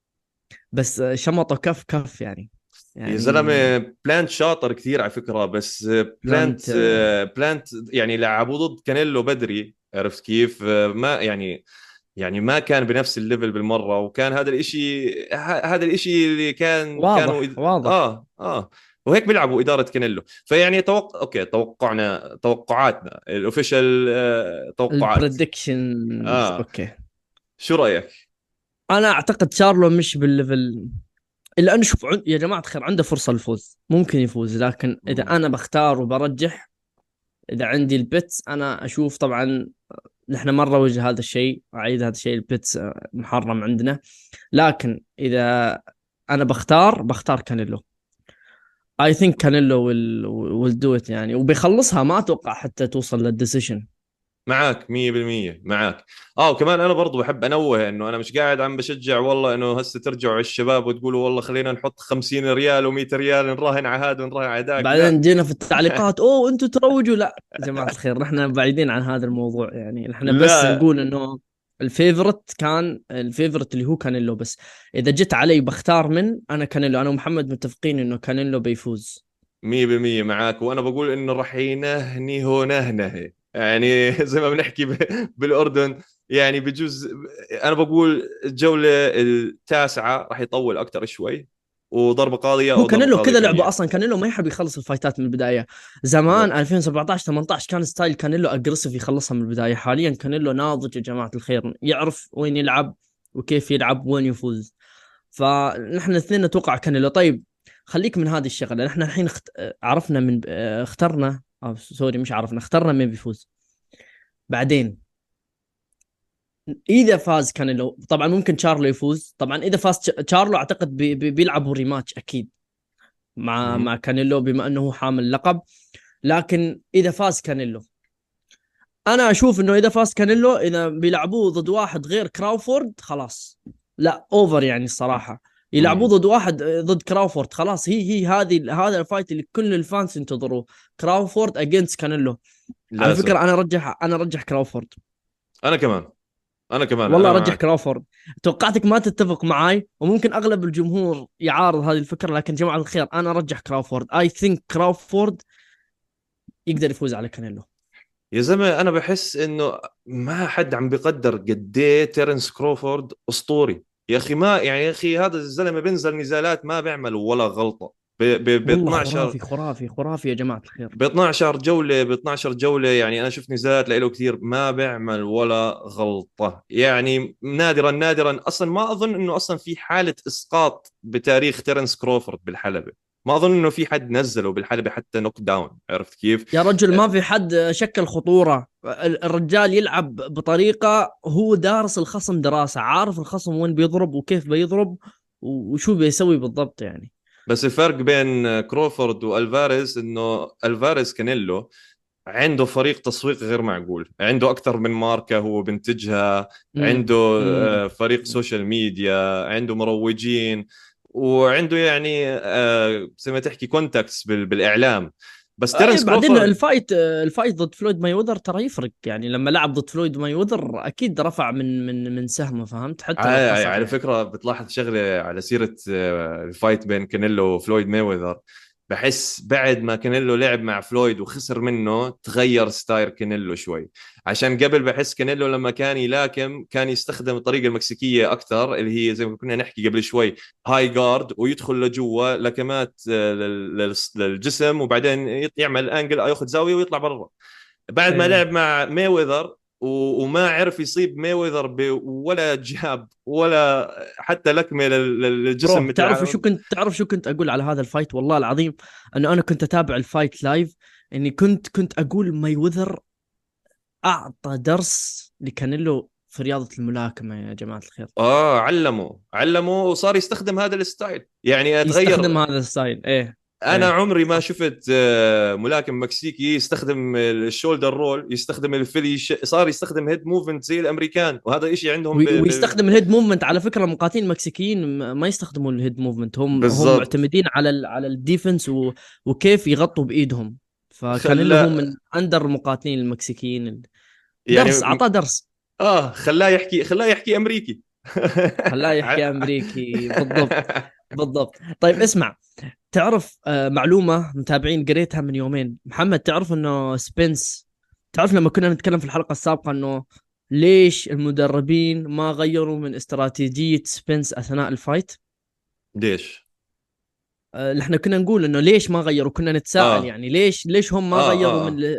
بس شمطوا كف كف يعني. يا يعني زلمة بلانت شاطر كثير على فكرة، بس بلانت بلانت يعني لعبوا ضد كانيلو بدري، عرفت كيف؟ ما يعني ما كان بنفس الليفل بالمرة، وكان هذا الاشي اللي كانوا واضح واضح. وهيك بيلعبوا إدارة كانيلو. فيعني اوكي، توقعاتنا الاوفيشال، توقعات. البريدكشنز اه اوكي. شو رأيك؟ انا اعتقد شارلو مش بالليفل، الا انه شوف يا جماعه الخير عنده فرصه الفوز، ممكن يفوز، لكن اذا مم. انا بختار وبرجح، اذا عندي البيتس انا اشوف طبعا، نحن ما نروج هذا الشيء، اعيد هذا الشيء، البيتس محرم عندنا. لكن اذا انا بختار كانيلو. اي ثينك كانيلو ويل دو ات يعني، وبيخلصها، ما اتوقع حتى توصل للديسيشن. معك 100% معك. وكمان انا برضو بحب انوه انه انا مش قاعد عم بشجع والله انه هسه ترجعوا الشباب وتقولوا والله خلينا نحط 50 ريال و100 ريال نراهن على هذا ونراهن على ذاك. بعدين لا. جينا في التعليقات اوه انتم تروجوا. لا يا جماعه الخير، نحن بعيدين عن هذا الموضوع يعني، نحن بس لا نقول انه الفيفورت اللي هو كانيلو. بس اذا جيت علي بختار، انا كانيلو، انا ومحمد متفقين انه كانيلو بيفوز. 100% معك، وانا بقول انه راح ينهني هو نهنه يعني زي ما بنحكي بالاردن، يعني بجوز. انا بقول الجولة التاسعة راح يطول اكثر شوي، وضربة قاضية هو او ضربة كانيلو قاضية كذا لعبه فنية. اصلا، كانيلو ما يحب يخلص الفايتات من البدايه. زمان بالضبط. 2017 18 كان ستايل كانيلو اجريسيف يخلصها من البدايه. حاليا كانيلو ناضج يا جماعه الخير، يعرف وين يلعب وكيف يلعب وين يفوز. فنحن الاثنين نتوقع كانيلو. طيب خليك من هذه الشغله، نحن الحين عرفنا من اخترنا، سوري مش عرفنا، اخترنا مين بيفوز. بعدين اذا فاز كانيلو طبعا ممكن تشارلو يفوز. طبعا اذا فاز تشارلو اعتقد بيلعبوا ريماتش اكيد مع كانيلو، بما انه هو حامل لقب. لكن اذا فاز كانيلو، انا اشوف انه اذا فاز كانيلو، اذا بيلعبوه ضد واحد غير كراوفورد خلاص، لا اوفر يعني الصراحه. يلعبوه مم. ضد واحد ضد كراوفورد خلاص، هي هذا الفايت اللي كل الفانس ينتظروه، كراوفورد اجينست كانيلو. على لازم. فكره انا ارجح كراوفورد. انا كمان والله انا ارجح معك. كراوفورد. توقعتك ما تتفق معاي، وممكن اغلب الجمهور يعارض هذه الفكره، لكن جماعه الخير انا ارجح كراوفورد. اي ثينك كراوفورد يقدر يفوز على كانيلو. يا زلمه انا بحس انه ما حد عم بيقدر قد ايه تيرنس كروفورد اسطوري. يا اخي ما يعني، يا اخي هذا الزلمه بينزل نزالات ما بيعمل ولا غلطه ب والله 12 خرافي خرافي خرافي يا جماعة الخير. ب 12 جوله. يعني انا شفت نزالات له كثير ما بيعمل ولا غلطه، يعني نادرا نادرا. اصلا ما اظن انه اصلا في حاله اسقاط بتاريخ تيرنس كروفورد بالحلبه. ما اظن انه في حد نزله بالحلبه حتى نوك داون، عرفت كيف؟ يا رجل ما في حد شكل خطورة. الرجال يلعب بطريقة، هو دارس الخصم دراسة، عارف الخصم وين بيضرب وكيف بيضرب وشو بيسوي بالضبط يعني. بس الفرق بين كروفورد والفاريز انه الفاريز كانيلو عنده فريق تسويق غير معقول، عنده اكثر من ماركة هو بنتجها، عنده امم فريق سوشيال ميديا، عنده مروجين، وعنده يعني زي ما تحكي كونتاكتس بالاعلام. بس تيرنس بعدين كروفورد الفايت ضد فلويد مايوذر ترى يفرق، يعني لما لعب ضد فلويد مايوذر اكيد رفع من سهمه، فهمت؟ حتى لو خسر على يعني. فكرة بتلاحظ شغلة على سيرة الفايت بين كانيلو وفلويد مايوذر. بحس بعد ما كانيلو لعب مع فلويد وخسر منه تغير ستايل كانيلو شوي. عشان قبل بحس كانيلو لما كان يلاكم كان يستخدم الطريقة المكسيكية أكثر، اللي هي زي ما كنا نحكي قبل شوي، هاي جارد ويدخل لجوا لكمات للجسم، وبعدين يعمل انجل ياخذ زاوية ويطلع برا. بعد ما ايه. لعب مع مايوذر وما عرف يصيب مايوذر ولا جاب ولا حتى لكمه للجسم برو، مثل تعرف شو كنت اقول على هذا الفايت؟ والله العظيم انه انا كنت اتابع الفايت لايف، اني كنت اقول مايوذر اعطى درس لكانيلو في رياضة الملاكمة يا جماعة الخير. علمه وصار يستخدم هذا الستايل، يعني يستخدم اتغير. هذا الستايل، ايه. انا ايه عمري ما صح. شفت ملاكم مكسيكي يستخدم الشولدر رول، يستخدم الفيلي صار يستخدم هيد موفمنت زي الامريكان، وهذا إشي عندهم ويستخدم الهيد موفمنت. على فكره المقاتلين المكسيكيين ما يستخدموا الهيد موفمنت، هم بالضبط. معتمدين على الديفنس وكيف يغطوا بايدهم. فكان له هو خلاه من اندر المقاتلين المكسيكيين. درس، يعني اعطاه درس. خلاه يحكي امريكي. خلاه يحكي امريكي بالضبط. بالضبط. طيب اسمع، تعرف معلومه متابعين قريتها من يومين محمد؟ تعرف انه سبنس، تعرف لما كنا نتكلم في الحلقه السابقه انه ليش المدربين ما غيروا من استراتيجيه سبنس اثناء الفايت؟ ليش؟ اللي احنا كنا نقول انه ليش ما غيروا، كنا نتساءل اه يعني ليش هم ما اه اه غيروا اه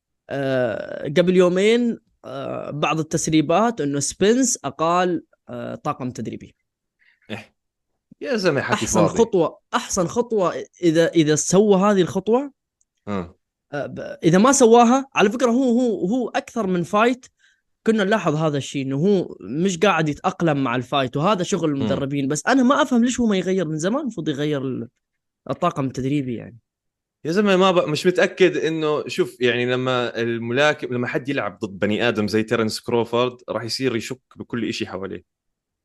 قبل يومين بعض التسريبات انه سبنس اقال طاقم تدريبي. إيه. يا زلمه حكي فاضي. احسن خطوه اذا سوى هذه الخطوه. اه اذا ما سواها، على فكره هو اكثر من فايت كنا نلاحظ هذا الشيء، انه هو مش قاعد يتاقلم مع الفايت، وهذا شغل امم المدربين. بس انا ما افهم ليش هو ما يغير من زمان، المفروض يغير الطاقم التدريبي يعني. يا زلمه مش متاكد انه، شوف يعني لما الملاكم، لما حد يلعب ضد بني ادم زي تيرنس كروفورد راح يصير يشك بكل شيء حواليه.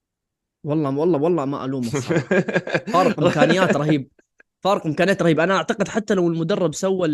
والله ما الومه الصراحه. فارق امكانيات رهيب. فارق امكانيات رهيب. انا اعتقد حتى لو المدرب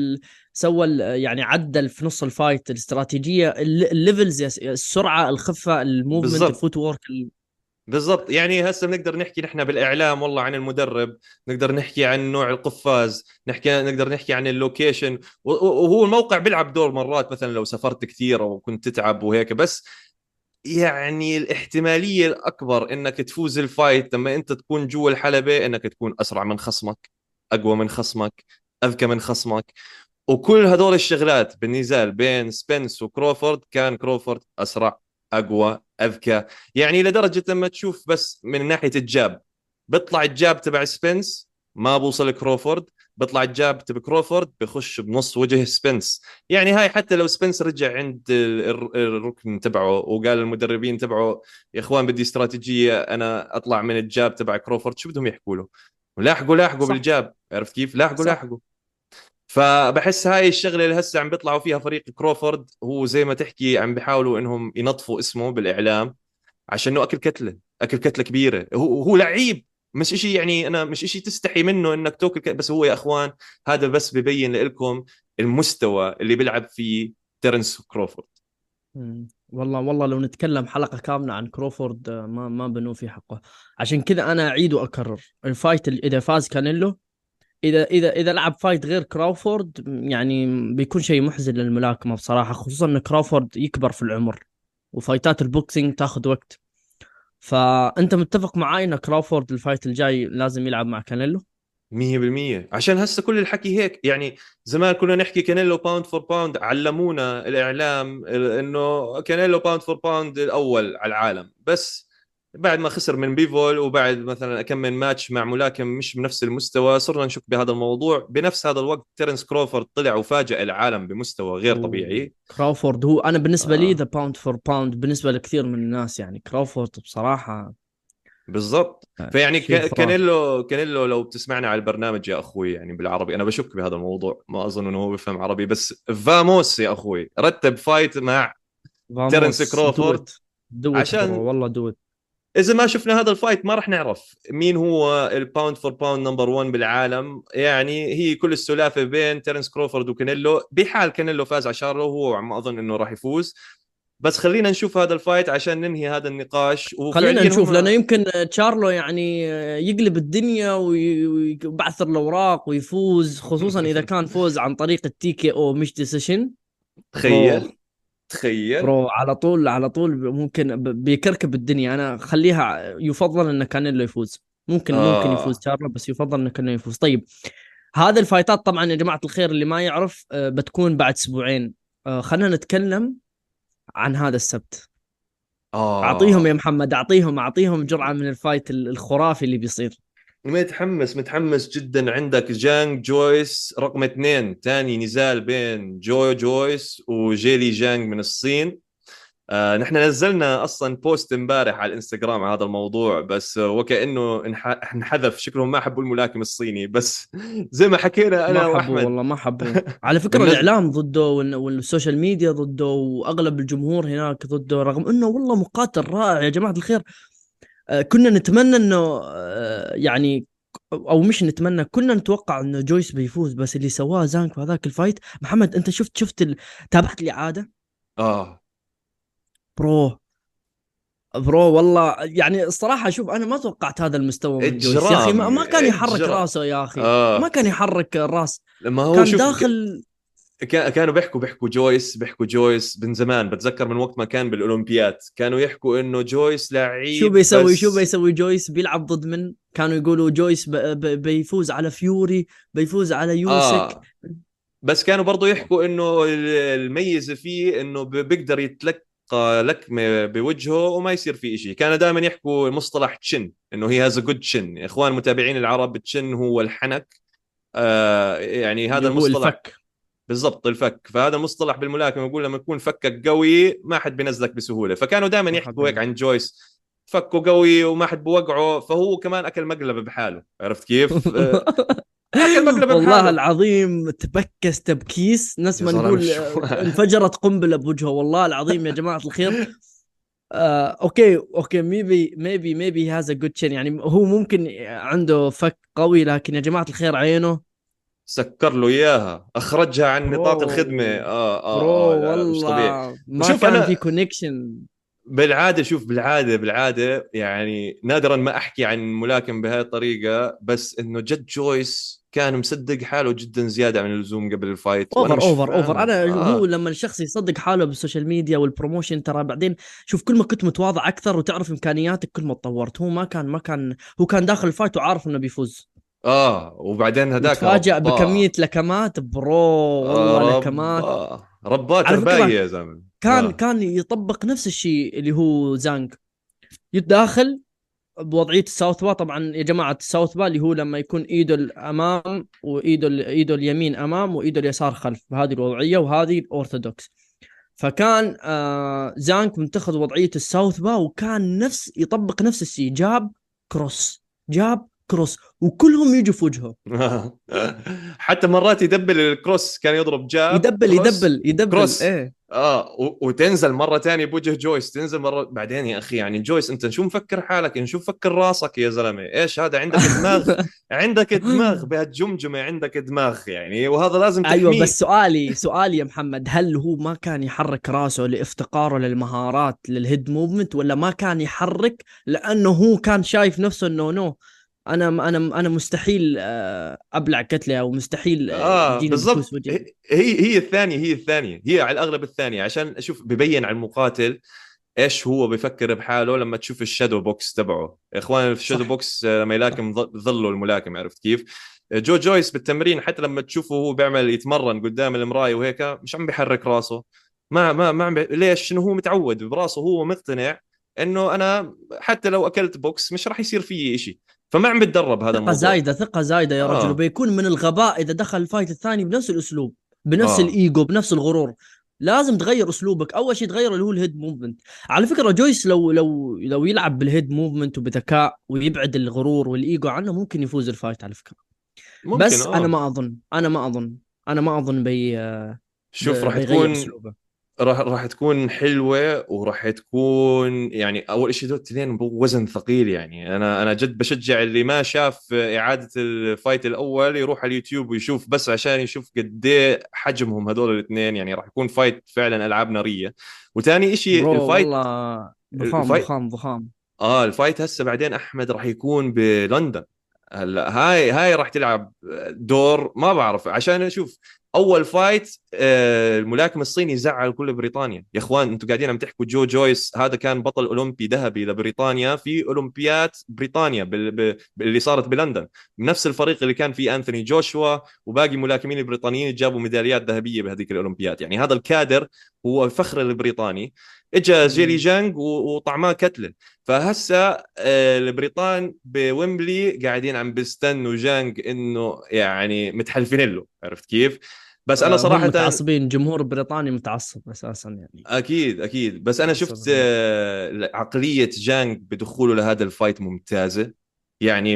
يعني عدل في نص الفايت الاستراتيجيه، الليفلز، السرعه، الخفه، الموفمنت، بالضبط. الفوت وورك. بالضبط، يعني هسه بنقدر نحكي نحن بالاعلام والله عن المدرب، نقدر نحكي عن نوع القفاز، نقدر نحكي عن اللوكيشن، وهو الموقع بيلعب دور مرات، مثلا لو سافرت كثير او كنت تتعب وهيك. بس يعني الاحتماليه الاكبر انك تفوز الفايت لما انت تكون جوا الحلبه، انك تكون اسرع من خصمك، اقوى من خصمك، اذكى من خصمك. وكل هذول الشغلات بالنزال بين سبنس وكروفورد، كان كروفورد اسرع، اقوى، اذكى. يعني لدرجه لما تشوف بس من ناحيه الجاب، بيطلع الجاب تبع سبنس ما بوصل كروفورد، بيطلع الجاب تبع كروفورد بخش بنص وجه سبنس. يعني هاي حتى لو سبنس رجع عند الركن تبعه وقال للمدربين تبعه يا اخوان بدي استراتيجيه انا اطلع من الجاب تبع كروفورد، شو بدهم يحكوا له؟ لاحقوا صح. بالجاب، عرفت كيف؟ صح. لاحقوا. فبحس هاي الشغله اللي هسه عم بيطلعوا فيها فريق كروفورد، هو زي ما تحكي عم بيحاولوا انهم ينظفوا اسمه بالاعلام، عشان انه اكل كتله كبيره. هو لعيب، مش إشي، يعني انا مش إشي تستحي منه انك تاكل بس هو يا اخوان هذا بس ببين لكم المستوى اللي بيلعب فيه تيرنس كروفورد. والله لو نتكلم حلقة كاملة عن كروفورد ما بنوفي حقه. عشان كذا انا اعيد واكرر الفايت اذا فاز كانيلو، اذا لعب فايت غير كراوفورد، يعني بيكون شيء محزن للملاكمة بصراحة، خصوصا ان كراوفورد يكبر في العمر وفايتات البوكسينج تاخذ وقت. فانت متفق معاي ان كراوفورد الفايت الجاي لازم يلعب مع كانيلو؟ 100%. عشان هسه كل الحكي هيك يعني. زمان كنا نحكي كانيلو باوند فور باوند، علمونا الاعلام انه كانيلو باوند فور باوند الاول على العالم. بس بعد ما خسر من بيفول، وبعد مثلا كم من ماتش مع ملاكم مش بنفس المستوى، صرنا نشك بهذا الموضوع. بنفس هذا الوقت تيرنس كروفورد طلع وفاجأ العالم بمستوى غير طبيعي. كراوفورد هو، انا بالنسبة لي ذا آه. باوند فور باوند بالنسبة لكثير من الناس، يعني كراوفورد بصراحة بالضبط. فيعني شيء خرافي. كانيلو لو بتسمعنا على البرنامج يا اخوي، يعني بالعربي انا بشك بهذا الموضوع، ما اظن انه هو بيفهم عربي، بس فاموس يا اخوي رتب فايت مع تيرنس فاموس، دو كروفورد. ات. دو ات برو، عشان والله دو ات. اذا ما شفنا هذا الفايت ما راح نعرف مين هو الباوند فور باوند نمبر 1 بالعالم. يعني هي كل السلافه بين تيرنس كروفورد وكانيلو، بحال كانيلو فاز على شارلو وهو ما اظن انه راح يفوز. بس خلينا نشوف هذا الفايت عشان ننهي هذا النقاش. خلينا وفعليا نشوف، لانه هم يمكن تشارلو يعني يقلب الدنيا ويبعثر الاوراق ويفوز، خصوصا اذا كان فوز عن طريق التي كي او مش ديسيشن. برو، تخيل، تخيل. برو على طول على طول ممكن بيكركب الدنيا. انا خليها، يفضل ان كانيلو يفوز. ممكن يفوز اه تشارلو، بس يفضل ان كانيلو يفوز. طيب، هذا الفايتات طبعا يا جماعة الخير اللي ما يعرف بتكون بعد اسبوعين. خلينا نتكلم عن هذا السبت. اعطيهم يا اه محمد، اعطيهم جرعة من الفايت الخرافي اللي بيصير. متحمس، متحمس جدا. عندك جانج جويس رقم 2، ثاني نزال بين جويس وجيلي جانج من الصين. نحن نزلنا اصلا بوست امبارح على الانستغرام على هذا الموضوع، بس وكانه انحذف. شكلهم ما حبوا الملاكم الصيني، بس زي ما حكينا ما انا حبوه واحمد والله، ما حبوه. على فكرة بننزل. الإعلام ضده والسوشيال ميديا ضده وأغلب الجمهور هناك ضده، رغم أنه والله مقاتل رائع يا جماعة الخير. كنا نتمنى أنه يعني، أو مش نتمنى، كنا نتوقع أنه جويس بيفوز. بس اللي سواه زانك في هذاك الفايت، محمد أنت شفت تابعت لي عادة. اه برو، برو والله يعني الصراحة، شوف أنا ما توقعت هذا المستوى من جويس يا أخي. اجرام، ما كان يحرك اجرام. راسه يا أخي، ما اه كان يحرك الراس. لما هو كان شوف داخل. كانوا بيحكوا جويس، بيحكوا جويس من زمان. بتذكر من وقت ما كان بالاولمبياد كانوا يحكوا انه جويس لعيب شو بس. بيسوي جويس؟ بيلعب ضد من؟ كانوا يقولوا جويس بيفوز على فيوري، بيفوز على يوسك. اه بس كانوا برضو يحكوا انه الميزه فيه انه بيقدر يتلقى لكمه بوجهه وما يصير فيه شيء. كانوا دائما يحكوا مصطلح تشن، انه هي هاز جود تشن. اخوان متابعين العرب، تشن هو الحنك. يعني هذا اللي هو المصطلح الفك. بالضبط الفك. فهذا مصطلح بالملاكمه يقول لما يكون فكك قوي ما حد بينزلك بسهوله. فكانوا دائما ما حد يحكوا هيك بينزل. عن جويس، فكه قوي وما حد بوقعه. فهو كمان اكل مقلبه بحاله، عرفت كيف؟ اكل مقلبه والله بحاله. العظيم تبكس تبكيس، ناس يا ما زلمه نقول شو انفجرت قنبلة بوجهه. والله العظيم يا جماعة الخير. اوكي اوكي، ميبي هذا جود تشين، يعني هو ممكن عنده فك قوي، لكن يا جماعة الخير عينه. سكر له اياها، اخرجها عن نطاق الخدمه. برو، لا لا مش طبيعي. والله ما وشوف كان في انا كونكشن. بالعاده، شوف بالعاده يعني نادرا ما احكي عن ملاكم بهاي الطريقه، بس انه جد جويس كان مصدق حاله جدا زياده عن اللزوم قبل الفايت، وانا اوفر مش اوفر اوفر. فاهم. انا هو لما الشخص يصدق حاله بالسوشيال ميديا والبروموشن، ترى بعدين شوف، كل ما كنت متواضع اكثر وتعرف امكانياتك كل ما تطورت. هو ما كان هو كان داخل الفايت وعارف انه بيفوز، وبعدين هذاك وتفاجأ بكمية رباه. لكمات. برو، والله لكمات. رباه على تربايه فكرة يا زلمه. كان يطبق نفس الشيء اللي هو زانج. يتداخل بوضعيه الساوث با. طبعا يا جماعه الساوث با اللي هو لما يكون ايده الامام ايده اليمين امام وايده اليسار خلف، بهذه الوضعيه، وهذه الاورثودوكس. فكان زانك متخذ وضعيه الساوث با، وكان يطبق نفس الشيء. جاب كروس، جاب كروس، وكلهم يجوا في وجهه. حتى مرات يدبل الكروس، كان يضرب جاب يدبل كروس يدبل يدبل كروس. ايه. وتنزل مره ثانيه بوجه جويس، تنزل مره بعدين. يا اخي يعني جويس انت شو مفكر حالك؟ يعني شو مفكر راسك يا زلمه؟ ايش هذا؟ عندك دماغ، عندك دماغ بهالجمجمه، عندك دماغ يعني، وهذا لازم ايوه، تحميه. بس سؤالي يا محمد، هل هو ما كان يحرك راسه لافتقاره للمهارات للهيد موفمنت، ولا ما كان يحرك لانه هو كان شايف نفسه انه نو، انا مستحيل ابلع كتله، او مستحيل يجيني بكوس بالضبط. وجهي. هي الثانيه، هي على الاغلب الثانيه، عشان اشوف ببين على المقاتل ايش هو بفكر بحاله. لما تشوف الشادو بوكس تبعه يا اخوان، في الشادو صح، بوكس لما صح. يلاكم ظله الملاكم، عرفت كيف؟ جويس بالتمرين حتى لما تشوفه هو بيعمل يتمرن قدام المرايه وهيك، مش عم بيحرك راسه. ما عم ليش؟ شنو هو متعود براسه، هو مقتنع انه انا حتى لو اكلت بوكس مش راح يصير فيي شيء. فما عم بتدرب هذا ثقة الموضوع. زايدة، ثقة زايدة يا رجل، اه وبيكون من الغباء إذا دخل الفايت الثاني بنفس الأسلوب، بنفس اه الإيجو، بنفس الغرور. لازم تغير أسلوبك. أول شيء تغير اللي هو الهيد موفمنت. على فكرة جويس لو يلعب بالهيد موفمنت وبذكاء ويبعد الغرور والإيجو عنه، ممكن يفوز الفايت على فكرة. ممكن. بس أنا ما أظن، أنا ما أظن بي شوف راح بيغير تكون أسلوبه. راح تكون حلوة، وراح تكون يعني أول شيء دول الاثنين وزن ثقيل. يعني أنا جد بشجع اللي ما شاف إعادة الفايت الأول يروح على اليوتيوب ويشوف، بس عشان يشوف قد إيه حجمهم هذول الاثنين. يعني راح يكون فايت فعلا ألعاب نارية. وتاني شيء برو الفايت، والله، ضخام الفايت ضخام ضخام. الفايت هسه بعدين احمد راح يكون بلندن. هلا هاي راح تلعب دور، ما بعرف عشان اشوف اول فايت. الملاكم الصيني زعل كل بريطانيا. يا اخوان انتم قاعدين عم تحكوا جو جويس هذا كان بطل اولمبي ذهبي لبريطانيا في اولمبيات بريطانيا اللي صارت بلندن، نفس الفريق اللي كان فيه انثوني جوشوا وباقي ملاكمين البريطانيين جابوا ميداليات ذهبيه بهذيك الاولمبيات. يعني هذا الكادر هو فخر البريطاني. اجى جيلي مم. جانج وطعماه كتله. فهسه البريطان بويمبلي قاعدين عم بيستنوا جانج انه يعني متحلفين له، عرفت كيف؟ بس انا هم صراحة متعصبين، جمهور بريطاني متعصب اساسا يعني. اكيد اكيد، بس انا شفت متعصب. عقلية جانج بدخوله لهذا الفايت ممتازة. يعني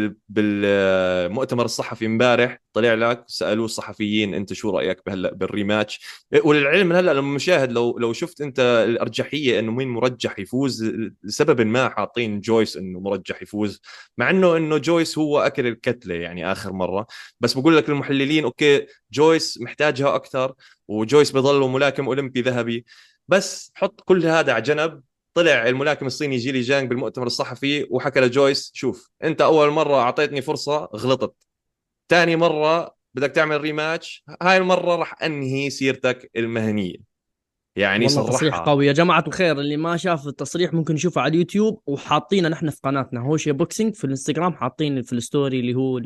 بالمؤتمر الصحفي امبارح طلع لك سالوه الصحفيين انت شو رايك بهلا بالريماتش. وللعلم هلا لما مشاهد، لو شفت انت الارجحيه انه مين مرجح يفوز، لسبب ما حاطين جويس انه مرجح يفوز، مع انه جويس هو اكل الكتله يعني اخر مره. بس بقول لك المحللين اوكي جويس محتاجها اكثر، وجويس بيضل ملاكم اولمبي ذهبي. بس حط كل هذا على جنب، طلع الملاكم الصيني جيلي جانج بالمؤتمر الصحفي وحكى لجويس شوف انت اول مره اعطيتني فرصه غلطت، ثاني مره بدك تعمل ريماتش، هاي المره راح انهي سيرتك المهنيه. يعني والله تصريح صرحها. قوي يا جماعة الخير، اللي ما شاف التصريح ممكن يشوفه على اليوتيوب، وحاطينه نحن في قناتنا هوشيا بوكسينج في الانستغرام، حاطين في الستوري اللي هو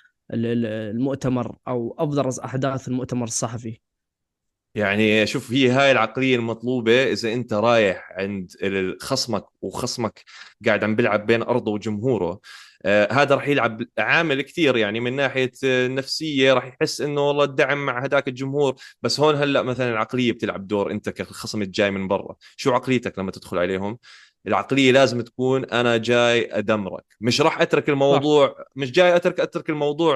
المؤتمر او ابرز احداث المؤتمر الصحفي. يعني شوف هي هاي العقلية المطلوبة إذا أنت رايح عند خصمك، وخصمك قاعد عم بيلعب بين أرضه وجمهوره. هذا راح يلعب عامل كثير يعني من ناحية نفسية، راح يحس إنه والله الدعم مع هذاك الجمهور. بس هون هلأ مثلا العقلية بتلعب دور. أنت كخصم الجاي من برا شو عقليتك لما تدخل عليهم؟ العقلية لازم تكون أنا جاي أدمرك، مش راح أترك صح الموضوع، مش جاي أترك الموضوع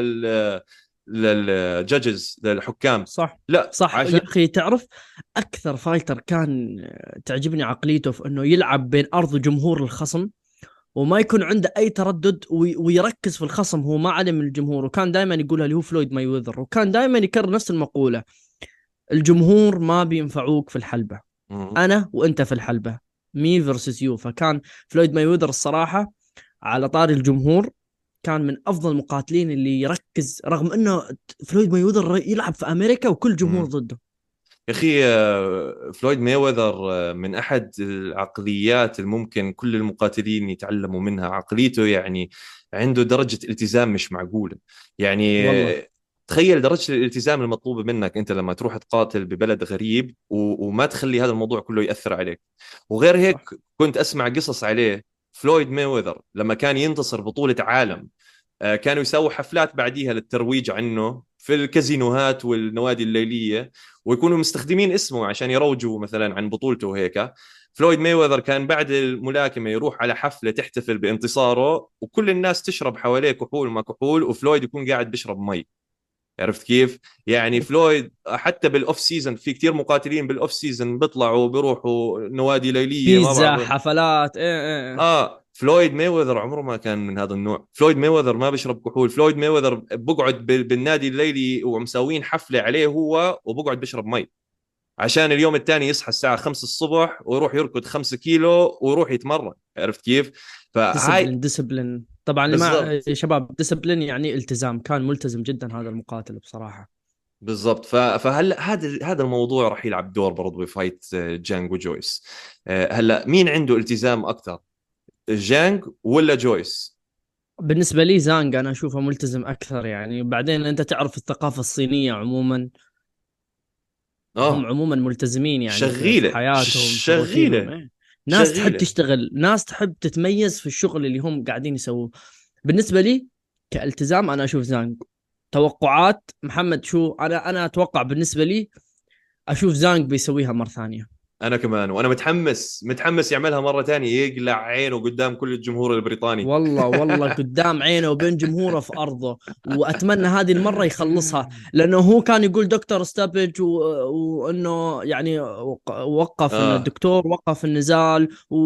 للججز للحكام. صح لا صح يا عشان اخي، تعرف اكثر فايتر كان تعجبني عقليته في انه يلعب بين ارض جمهور الخصم، وما يكون عنده اي تردد، ويركز في الخصم، هو ما علم الجمهور. وكان دائما يقولها اللي هو فلويد ماي ويذر، وكان دائما يكرر نفس المقولة: الجمهور ما بينفعوك في الحلبة، مم. انا وانت في الحلبة، مي فيرسس يو. فكان فلويد ماي ويذر الصراحة على طاري الجمهور كان من افضل المقاتلين اللي يركز، رغم انه فلويد مايوذر يلعب في امريكا وكل جمهور مم. ضده. يا اخي فلويد مايوذر من احد العقليات اللي ممكن كل المقاتلين يتعلموا منها. عقليته يعني عنده درجة التزام مش معقولة. يعني والله تخيل درجة الالتزام المطلوبة منك انت لما تروح تقاتل ببلد غريب وما تخلي هذا الموضوع كله يأثر عليك. وغير هيك صح. كنت اسمع قصص عليه. فلويد مايوذر لما كان ينتصر بطولة عالم، كانوا يسووا حفلات بعديها للترويج عنه في الكازينوهات والنوادي الليلية، ويكونوا مستخدمين اسمه عشان يروجوا مثلا عن بطولته وهيك. فلويد مايوذر كان بعد الملاكمة يروح على حفلة تحتفل بانتصاره، وكل الناس تشرب حواليه كحول ما كحول، وفلويد يكون قاعد بيشرب مي. عرفت كيف؟ يعني فلويد حتى بالاوف سيزون، في كتير مقاتلين بالاوف سيزون بيطلعوا بيروحوا نوادي ليلية ما بيتزا بعرف. حفلات، ايه. فلويد مايوذر عمره ما كان من هذا النوع. فلويد مايوذر ما بيشرب كحول. فلويد مايوذر بقعد بالنادي الليلي ومساوين حفلة عليه هو، وبقعد بيشرب مي عشان اليوم الثاني يصحى الساعة 5 الصبح ويروح يركض 5 كيلو ويروح يتمرن. عرفت كيف؟ فهاي ديسبلين ديسبلين طبعا، اللي ما بالضبط. يا شباب، ديسبلين يعني التزام، كان ملتزم جدا هذا المقاتل بصراحة. بالضبط. فهلا هذا الموضوع راح يلعب دور برضه بفايت جانج وجويس. هلا مين عنده التزام اكثر، جانج ولا جويس؟ بالنسبة لي زانج انا اشوفه ملتزم اكثر يعني. بعدين انت تعرف الثقافة الصينية عموما، هم اه عموما ملتزمين يعني في شغيلة حياتهم في روتينهم، شغيلة إيه. ناس تحب شغيلة. تشتغل، ناس تحب تتميز في الشغل اللي هم قاعدين يسووه. بالنسبة لي كالتزام انا اشوف زانج. توقعات محمد شو؟ انا اتوقع بالنسبة لي اشوف زانج بيسويها مرة ثانية. انا كمان، وانا متحمس يعملها مره ثانيه، يقلع عينه قدام كل الجمهور البريطاني. والله والله قدام عينه وبين جمهوره في أرضه. وأتمنى هذه المرة يخلصها، لأنه هو كان يقول دكتور ستابج وأنه يعني وقف، أنه اه الدكتور وقف النزال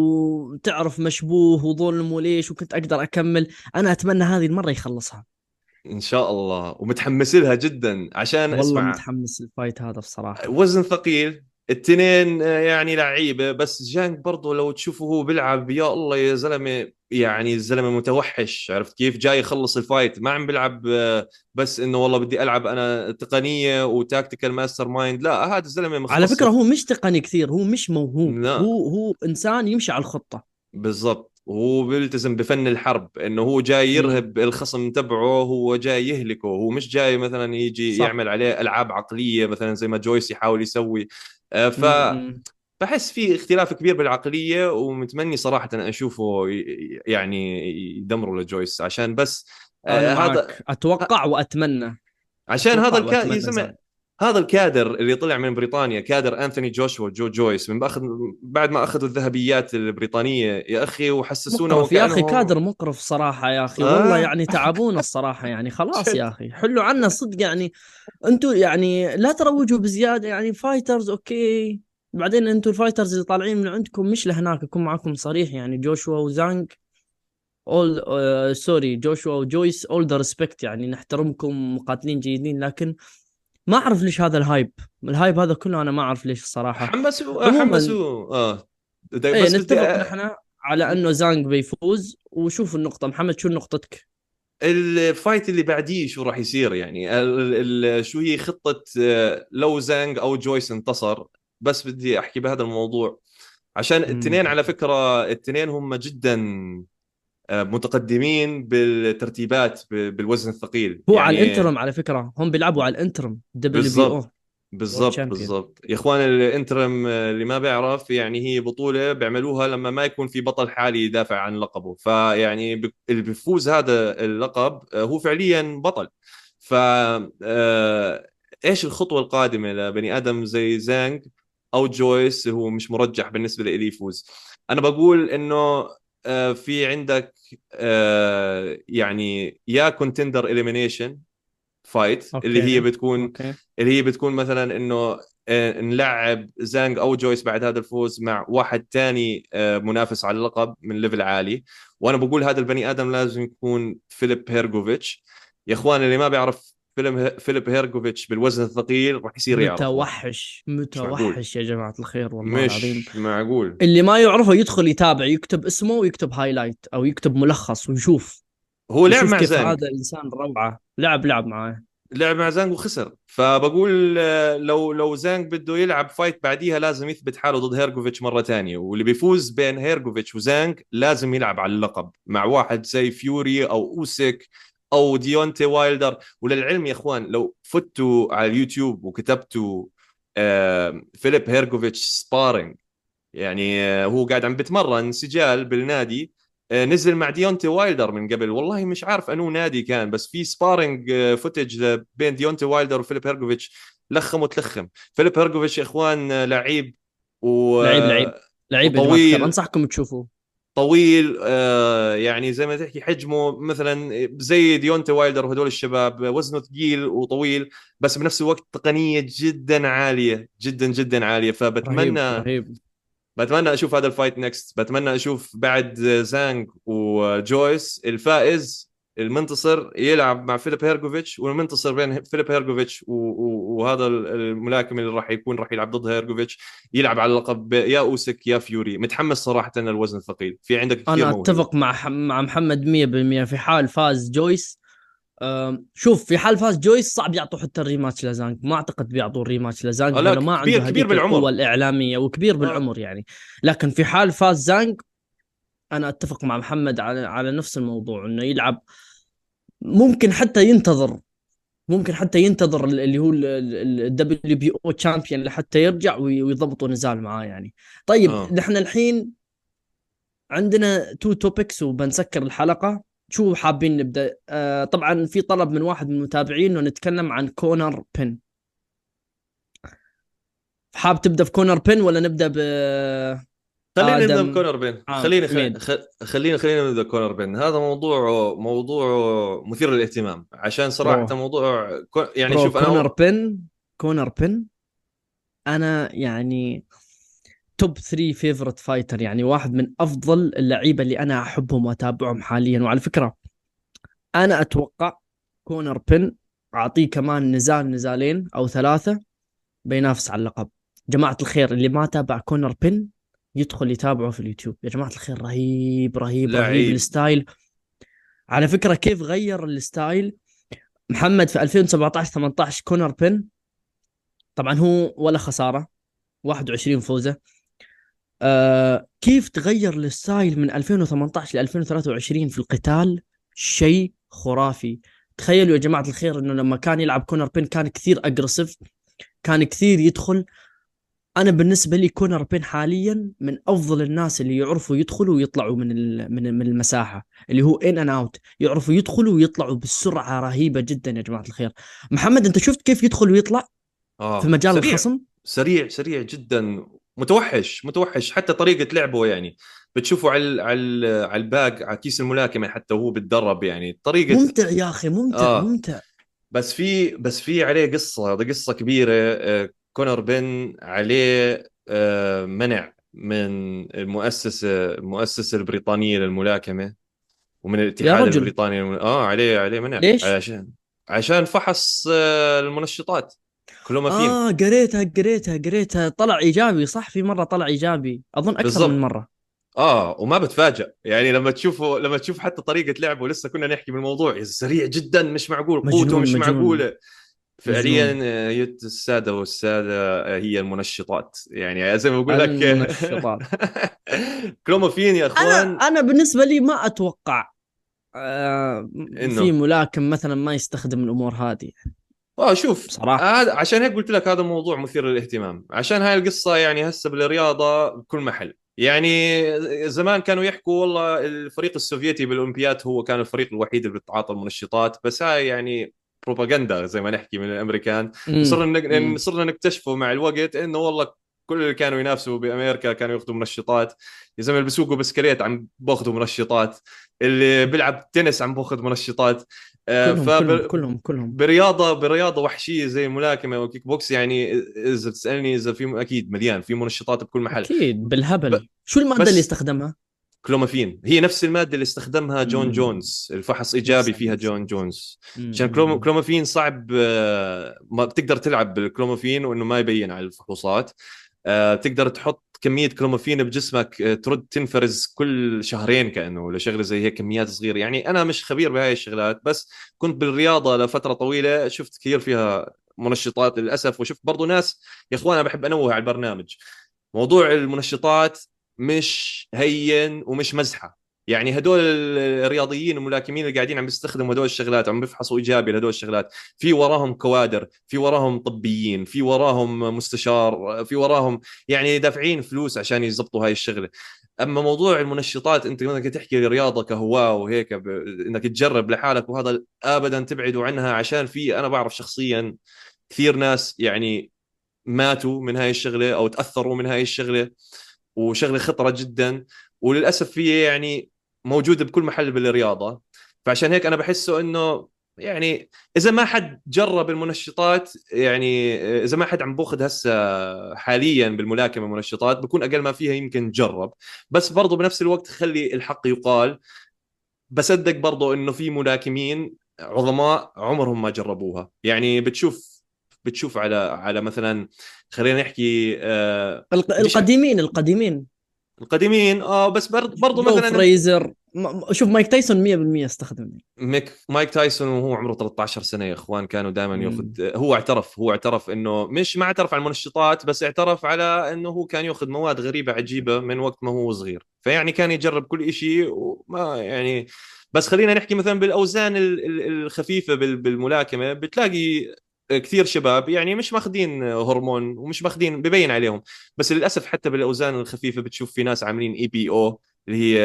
وتعرف مشبوه وظلم وليش، وكنت أقدر أكمل. أنا أتمنى هذه المرة يخلصها. ان شاء الله، ومتحمس لها جدا عشان والله اسمع. متحمس الفايت هذا بصراحة. وزن ثقيل التنين، يعني لعيبه، بس جانك برضه لو تشوفه هو بيلعب، يا الله يا زلمه، يعني الزلمه متوحش، عرفت كيف؟ جاي يخلص الفايت، ما عم بيلعب بس انه والله بدي العب انا تقنيه وتاكتيكال ماستر مايند، لا، هذا الزلمه على مختص. فكرة هو مش تقني كثير، هو مش موهوب، لا هو إنسان يمشي على الخطة. بالضبط، وهو بيلتزم بفن الحرب، انه هو جاي امم. يرهب الخصم تبعه، هو جاي يهلكه، هو مش جاي مثلا يجي صح. يعمل عليه العاب عقليه مثلا زي ما جويس يحاول يسوي. ف امم. بحس في اختلاف كبير بالعقليه، ومتمني صراحه أن اشوفه يعني يدمروا لجويس عشان بس أنا هذا، معك، أتوقع وأتمنى. عشان هذا أتوقع وأتمنى زين. هذا الكادر اللي طلع من بريطانيا، كادر أنثوني جوشوا جو جويس، من بعد ما أخذوا الذهبيات البريطانية يا أخي، وحسسونا مقرف يا أخي، وكأنهم كادر مقرف صراحة يا أخي، والله آه يعني تعبونا الصراحة، يعني خلاص جد. يا أخي حلوا عنا صدق يعني. أنتوا يعني لا تروجوا بزيادة، يعني فايترز أوكي. بعدين أنتوا الفايترز اللي طالعين من عندكم مش لهناك، أكون معكم صريح، يعني جوشوا وزانج، اول سوري جوشوا وجويس، اول ذا ريسبكت، يعني نحترمكم مقاتلين جيدين، لكن ما اعرف ليش هذا الهايب هذا كله، انا ما اعرف ليش الصراحة. حمسوا عموما حمسوا ايه، بس بدي نتفق نحن على انه زانج بيفوز. وشوف النقطة محمد، شو نقطتك؟ الفايت اللي بعديه شو راح يصير؟ يعني شو هي خطة لو زانج أو جويس انتصر؟ بس بدي أحكي بهذا الموضوع عشان مم. التنين، على فكرة التنين هم جدا متقدمين بالترتيبات بالوزن الثقيل هو على يعني. الانترم على فكرة، هم بيلعبوا على الانترم دبليو بي او بالضبط وورد بالضبط تشامبيون. بالضبط يا اخوان، الانترم اللي ما بيعرف، يعني هي بطولة بيعملوها لما ما يكون في بطل حالي يدافع عن لقبه، فيعني اللي بيفوز هذا اللقب هو فعليا بطل. ف ايش الخطوة القادمة لبني ادم زي زانج او جويس؟ هو مش مرجح بالنسبة لي يفوز. انا بقول انه في عندك يعني يا كونتندر اليمينيشن فايت، اوكي. اوكي. اللي هي بتكون مثلا انه نلعب زانج او جويس بعد هذا الفوز مع واحد تاني منافس على اللقب من ليفل عالي. وانا بقول هذا البني ادم لازم يكون فيليب هيرجوفيتش. يا اخوان اللي ما بيعرف فيليب هيرجوفيتش بالوزن الثقيل راح يصير يعرفه. متوحش مش معقول، متوحش يا جماعة الخير، والله العظيم. مش معقول. اللي ما يعرفه يدخل يتابع، يكتب اسمه ويكتب هايلايت او يكتب ملخص ويشوف. هو لعب يشوف مع كيف زانج، هذا الانسان روعة، لعب معاه. لعب مع زانج وخسر، فبقول لو زانج بده يلعب فايت بعديها لازم يثبت حاله ضد هيرجوفيتش مرة تانية، واللي بيفوز بين هيرجوفيتش وزانج لازم يلعب على اللقب مع واحد زي فيوري او اوسيك او ديونتي وايلدر. وللعلم يا اخوان، لو فتوا على اليوتيوب وكتبتوا فيليب هيرجوفيتش سبارينج، يعني هو قاعد عم بتمرن سجال بالنادي، نزل مع ديونتي وايلدر من قبل، والله مش عارف انو نادي كان، بس في سبارينج فوتج بين ديونتي وايلدر وفيليب هيرجوفيتش، لخم وتلخم. فيليب هيرجوفيتش يا اخوان لعيب و... لعيب يا جماعة الخير، وطويل، انصحكم تشوفوه. طويل يعني زي ما تحكي حجمه مثلا زي ديونتي وايلدر، وهدول الشباب وزنه ثقيل وطويل، بس بنفس الوقت تقنية جدا عالية، جدا جدا عالية. رهيب فبتمنى، رهيب. اشوف هذا الفايت نكست، بتمنى اشوف بعد زانج وجويس الفائز المنتصر يلعب مع فيليب هيرجوفيتش، والمنتصر بين فيليب هيرجوفيتش وهذا الملاكم اللي راح يلعب ضد هيرجوفيتش يلعب على اللقب يا اوسك يا فيوري. متحمس صراحة للوزن الثقيل، في عندك كثير انا موهبة. اتفق مع محمد 100%. في حال فاز جويس، شوف في حال فاز جويس صعب يعطوا حتى الريماتش لزانج، ما اعتقد بيعطوا الريماتش لزانج، لا، لانه ما عنده كبير هذيك القوة بالعمر. الإعلامية، وكبير آه. بالعمر يعني. لكن في حال فاز زانج، انا اتفق مع محمد على نفس الموضوع، انه يلعب. ممكن حتى ينتظر، اللي هو الدبليو بي او تشامبيون لحتى يرجع ويضبطوا نزال معاه يعني. طيب اه نحن الحين عندنا تو توبكس وبنسكر الحلقة. شو حابين نبدأ؟ طبعا في طلب من واحد من المتابعين انه نتكلم عن كونر بين. حاب تبدا في كونر بين ولا نبدا ب خلينا نبدا ادم بكونر بين. ميد؟ خلينا نبدا كونر بين. هذا موضوع مثير للاهتمام، عشان برو صراحه موضوع يعني برو شوف انا كونر بين انا يعني توب 3 فيفورت فايتر، يعني واحد من افضل اللعيبه اللي انا احبهم واتابعهم حاليا. وعلى فكره انا اتوقع كونر بين اعطيه كمان نزالين او ثلاثه بينافس على اللقب. جماعه الخير اللي ما تابع كونر بين يدخل يتابعه في اليوتيوب يا جماعه الخير، رهيب رهيب رهيب لعيب. الستايل. على فكره كيف غير الستايل محمد في 2017 18 كونر بين، طبعا هو ولا خساره 21 فوزه. كيف تغير الستايل من 2018 ل 2023 في القتال؟ شيء خرافي. تخيلوا يا جماعة الخير انه لما كان يلعب كونر بين كان كثير اجريسيف، كان كثير يدخل. انا بالنسبة لي كونر بين حاليا من افضل الناس اللي يعرفوا يدخلوا ويطلعوا من المساحة، اللي هو ان ان اوت، يعرفوا يدخلوا ويطلعوا بسرعة رهيبة جدا يا جماعة الخير. محمد انت شفت كيف يدخل ويطلع في مجال سريع الخصم؟ سريع جدا. متوحش حتى طريقه لعبه، يعني بتشوفه على الباك، على كيس الملاكمه، حتى وهو بتدرب يعني طريقه. ممتع يا اخي، ممتع اه ممتع. بس في عليه قصة، هذا قصة كبيرة. كونر بن عليه منع من المؤسسة البريطانية للملاكمة ومن يا الاتحاد رجل البريطاني عليه منع ليش؟ عشان فحص المنشطات كلومافين. قريتها طلع ايجابي صح؟ في مره طلع ايجابي اظن اكثر من بالضبط. مره. وما بتفاجأ يعني لما تشوف حتى طريقة لعبه. لسه كنا نحكي بالموضوع، سريع جدا، مش معقول، قوته مجنون مش مجنون معقولة مجنون. فعليا. السادة والسادة هي المنشطات، يعني زي ما بقول لك. المنشطات. كلوموفين يا انا اخوان. انا بالنسبه لي ما اتوقع في انه ملاكم مثلا ما يستخدم الامور هذه شوف، بصراحه. هذا عشان هيك قلت لك هذا موضوع مثير للاهتمام، عشان هاي القصة يعني هسه بالرياضة بكل محل. يعني زمان كانوا يحكوا والله الفريق السوفيتي بالاولمبياد هو كان الفريق الوحيد اللي بيتعاطى المنشطات، بس هاي يعني بروباغندا زي ما نحكي من الامريكان. امم امم صرنا نكتشفه مع الوقت انه والله كل اللي كانوا ينافسوا بامريكا كانوا ياخذوا منشطات. يا زلمه اللي بيسوقوا بسكليت عم باخذوا منشطات، اللي بيلعب تنس عم باخذ منشطات. كلهم كلهم كلهم كلهم. برياضه وحشيه زي الملاكمه والكيك بوكس، يعني اذا تسالني اذا في، اكيد مليان في منشطات بكل محل. اكيد ب... بالهبل. شو الماده اللي بس استخدمها؟ كلومافين هي نفس الماده اللي استخدمها جون جونز، الفحص ايجابي نفسها فيها نفسها جون نفسها. جونز. عشان كلومافين صعب، ما بتقدر تلعب بالكلومافين وانه ما يبين على الفحوصات. تقدر تحط كمية كرومافين بجسمك، ترد تنفرز كل شهرين كأنه لشغلة زي هيك، كميات صغيرة. يعني أنا مش خبير بهاي الشغلات، بس كنت بالرياضة لفترة طويلة، شفت كثير فيها منشطات للأسف، وشفت برضو ناس. يا أخوان أنا بحب أنوه على البرنامج، موضوع المنشطات مش هين ومش مزحة. يعني هدول الرياضيين الملاكمين اللي قاعدين عم بيستخدموا هدول الشغلات، عم بيفحصوا ايجابي لهدول الشغلات، في وراهم كوادر، في وراهم طبيين، في وراهم مستشار، في وراهم يعني دافعين فلوس عشان يزبطوا هاي الشغله. اما موضوع المنشطات، انت بدك تحكي رياضه كهواه وهيك انك تجرب لحالك وهذا، ابدا تبعدوا عنها. عشان في، انا بعرف شخصيا كثير ناس يعني ماتوا من هاي الشغله او تاثروا من هاي الشغله، وشغله خطره جدا. وللاسف هي يعني موجوده بكل محل بالرياضه. فعشان هيك انا بحسه انه يعني اذا ما حد جرب المنشطات، يعني اذا ما حد عم باخذ هسه حاليا بالملاكمه منشطات، بكون اقل ما فيها يمكن جرب. بس برضه بنفس الوقت خلي الحق يقال، بصدق برضه انه في ملاكمين عظماء عمرهم ما جربوها. يعني بتشوف على مثلا، خلينا نحكي بديش القديمين. القديمين. بس برضه جو مثلا انت، فريزر شوف مايك تايسون 100% استخدم. مايك تايسون وهو عمره 13 سنة يا اخوان، كانوا دائما ياخذ. مم. هو اعترف انه مش ما اعترف على المنشطات، بس اعترف على انه هو كان ياخذ مواد غريبة عجيبة من وقت ما هو صغير، فيعني كان يجرب كل شيء وما يعني. بس خلينا نحكي مثلا بالاوزان الخفيفة بالملاكمة، بتلاقي كثير شباب يعني مش ماخذين هرمون ومش ماخذين ببين عليهم. بس للاسف حتى بالاوزان الخفيفه بتشوف في ناس عاملين اي بي او، اللي هي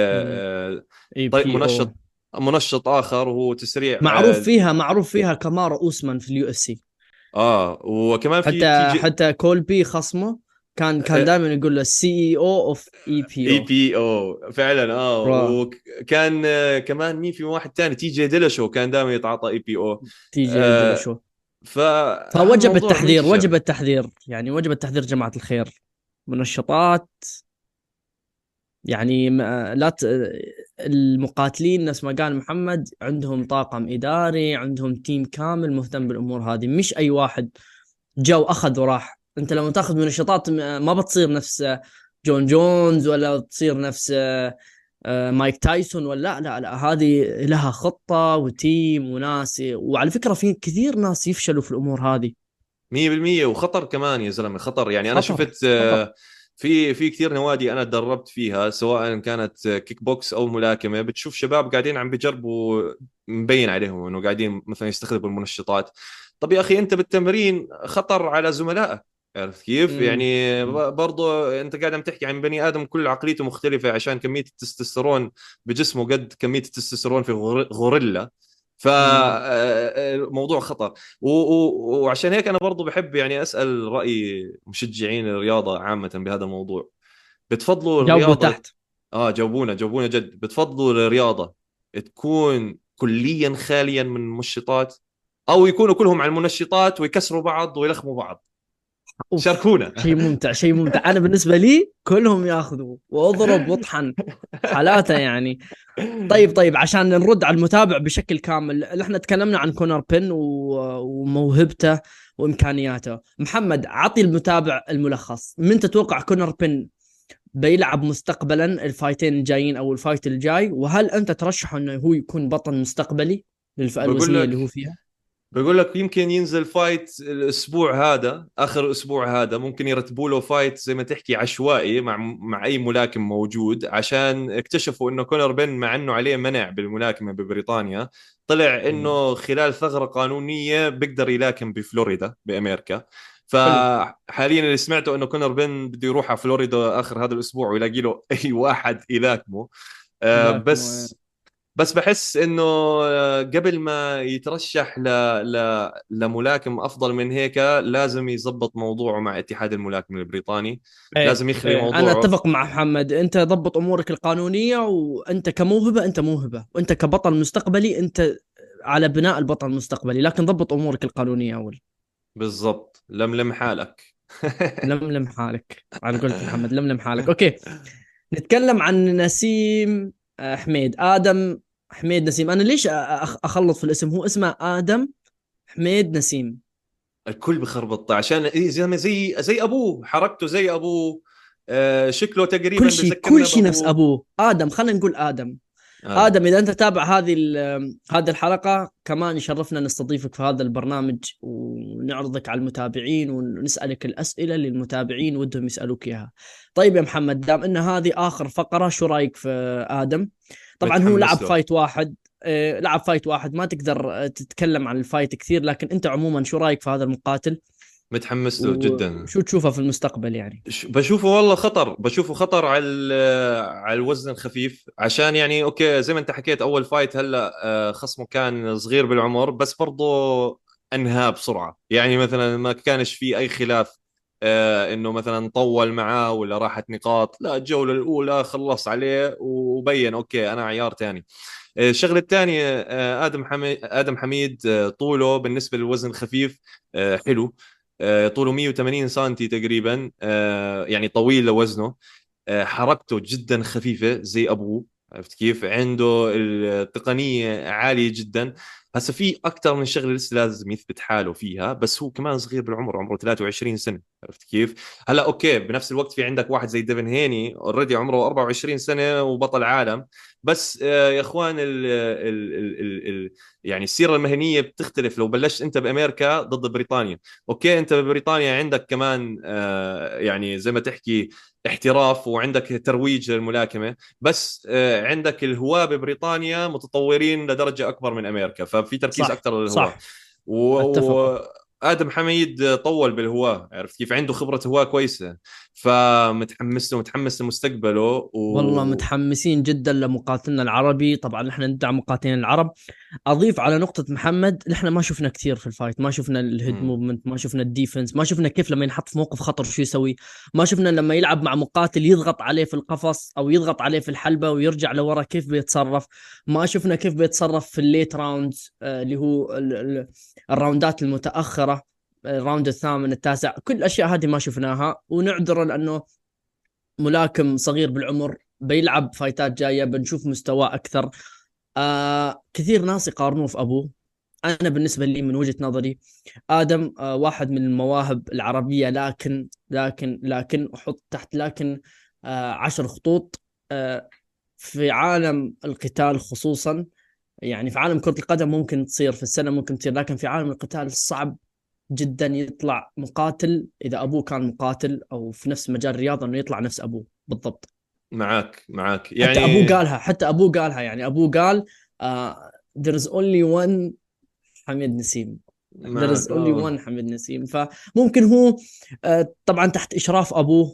اي بي او منشط اخر وهو تسريع. معروف فيها كمارو اوسمان في اليو اف سي. وكمان في تي حتى جي حتى كولبي خصمه كان دائما يقول له سي اي او اوف اي بي اي او. بي او فعلا. وكان كمان مين، في واحد تاني تي جي ديلاشو كان دائما يتعاطى اي بي او. تي جي ديلا آه، شو. فهذا فوجب الموضوع التحذير، وجب منتشر. التحذير، يعني وجب التحذير جماعة الخير. منشطات، يعني لا المقاتلين نفس ما قال محمد عندهم طاقم إداري، عندهم تيم كامل مهتم بالأمور هذه، مش أي واحد جو أخذ وراح. أنت لما تاخذ منشطات ما بتصير نفس جون جونز، ولا تصير نفس مايك تايسون، ولا لا هذه لها خطة وتيم وناس. وعلى فكرة في كثير ناس يفشلوا في الأمور هذه. 100%. وخطر كمان يا زلمه، خطر. يعني انا خطر شفت خطر. في كثير نوادي انا تدربت فيها، سواء كانت كيك بوكس او ملاكمه، بتشوف شباب قاعدين عم بيجربوا، مبين عليهم انه قاعدين مثلا يستخدموا المنشطات. طب يا اخي انت بالتمرين خطر على زملائك، عرفت كيف يعني؟ مم. مم. برضو انت قاعد عم تحكي عن بني ادم كل عقليته مختلفه، عشان كميه التستوستيرون بجسمه قد كميه التستوستيرون في غوريلا. مم. فموضوع خطر. وعشان هيك انا برضو بحب يعني اسال راي مشجعين الرياضه عامه بهذا الموضوع. بتفضلوا جاوبوا الرياضه؟ تحت. جاوبونا جد. بتفضلوا الرياضه تكون كليا خاليا من المنشطات، او يكونوا كلهم على المنشطات ويكسروا بعض ويلخموا بعض؟ اوف، شاركونا. شيء ممتع، شيء ممتع. انا بالنسبه لي كلهم ياخذوا واضرب واطحن حالاته يعني. طيب عشان نرد على المتابع بشكل كامل، احنا تكلمنا عن كونر بين وموهبته وامكانياته. محمد، عطي المتابع الملخص، من تتوقع كونر بين بيلعب مستقبلا الفايتين الجايين او الفايت الجاي؟ وهل انت ترشحه انه هو يكون بطل مستقبلي للفئه بقول الوزنيه اللي هو لك فيها؟ بقول لك يمكن ينزل فايت الاسبوع هذا، اخر اسبوع هذا ممكن يرتبوا له فايت زي ما تحكي عشوائي مع اي ملاكم موجود، عشان اكتشفوا انه كونر بين مع انه عليه منع بالملاكمه ببريطانيا، طلع مم. انه خلال ثغره قانونيه بيقدر يلاكم بفلوريدا بامريكا. حلو. فحاليا اللي سمعته انه كونر بين بده يروح على فلوريدا اخر هذا الاسبوع ويلاقي له اي واحد يلاكمه. ذاك بس بحس انه قبل ما يترشح لملاكم افضل من هيك، لازم يزبط موضوعه مع اتحاد الملاكمه البريطاني. ايه لازم يخلي ايه، انا موضوعه. اتفق مع محمد. انت ضبط امورك القانونيه، وانت كموهبه انت موهبه، وانت كبطل مستقبلي انت على بناء البطل المستقبلي، لكن ضبط امورك القانونيه اول. بالضبط، لملم حالك. لملم حالك، على قولة محمد، لملم حالك. اوكي، نتكلم عن نسيم حميد ادم. حميد نسيم، انا ليش اخلط في الاسم؟ هو اسمه ادم حميد نسيم. الكل بخربط عشان زي ابوه، حركته زي ابوه. شكله تقريبا كل شيء كل بذكرنا شيء نفس بابوه. ابوه. ادم، خلينا نقول ادم. ادم. آدم، إذا أنت تابع هذه الحلقة، كمان يشرفنا نستضيفك في هذا البرنامج ونعرضك على المتابعين ونسألك الأسئلة اللي المتابعين ودهم يسألوك إياها. طيب يا محمد، دام أن هذه آخر فقرة، شو رأيك في آدم؟ طبعا هو لعب متحمس له. فايت واحد. لعب فايت واحد، ما تقدر تتكلم عن الفايت كثير، لكن أنت عموما شو رأيك في هذا المقاتل؟ متحمس له جدا. وشو تشوفه في المستقبل يعني؟ بشوفه والله خطر، بشوفه خطر على على الوزن الخفيف. عشان يعني اوكي زي ما انت حكيت، اول فايت هلا خصمه كان صغير بالعمر، بس برضه انهاه بسرعه. يعني مثلا ما كانش في اي خلاف انه مثلا طول معاه ولا راحت نقاط، لا، الجوله الاولى خلص عليه وبين اوكي انا عيار تاني. الشغله الثانيه، ادم حميد طوله بالنسبه للوزن الخفيف حلو. طوله 180 سنتي تقريبا، يعني طويل لوزنه. حركته جدا خفيفة زي أبوه، عرفت كيف؟ عنده التقنية عالية جدا. هسا في أكثر من شغلة لسه لازم يثبت حاله فيها، بس هو كمان صغير بالعمر، عمره 23 سنة، عرفت كيف؟ هلا أوكي، بنفس الوقت في عندك واحد زي ديفن هيني اوريدي عمره 24 سنة وبطل عالم. بس يا اخوان يعني السيرة المهنية بتختلف. لو بلشت انت بامريكا ضد بريطانيا، اوكي انت ببريطانيا عندك كمان يعني زي ما تحكي احتراف، وعندك ترويج للملاكمة، بس عندك الهواة ببريطانيا متطورين لدرجة أكبر من أمريكا، ففي تركيز صح أكثر للهواة. صح، و... اتفق. ادم حميد طول بالهواه، عرفت كيف، عنده خبره هواه كويسه، فمتحمس له، متحمس لمستقبله والله متحمسين جدا لمقاتلنا العربي. طبعا احنا ندعم مقاتلين العرب. اضيف على نقطة محمد، احنا ما شفنا كثير في الفايت، ما شفنا الهيد مم. موفمنت، ما شفنا الديفنس، ما شفنا كيف لما ينحط في موقف خطر شو يسوي، ما شفنا لما يلعب مع مقاتل يضغط عليه في القفص او يضغط عليه في الحلبة ويرجع لورا كيف بيتصرف، ما شفنا كيف بيتصرف في الليت راوندز، اللي هو الراوندات المتأخرة، الراوند الثامن التاسع، كل الاشياء هذه ما شفناها، ونعذره لانه ملاكم صغير بالعمر، بيلعب فايتات جايه بنشوف مستواه اكثر. كثير ناس يقارنوه في ابوه. انا بالنسبه لي من وجهه نظري ادم واحد من المواهب العربيه، لكن احط تحت لكن 10 خطوط. في عالم القتال خصوصا، يعني في عالم كرة القدم ممكن تصير في السنة، ممكن تصير، لكن في عالم القتال صعب جدا يطلع مقاتل إذا أبوه كان مقاتل أو في نفس مجال الرياضة، إنه يطلع نفس أبوه بالضبط. معك حتى يعني. ابوه قالها، حتى ابوه قالها، يعني ابوه قال there is only one حميد نسيم. there is معك only one حميد نسيم. فممكن هو طبعا تحت اشراف ابوه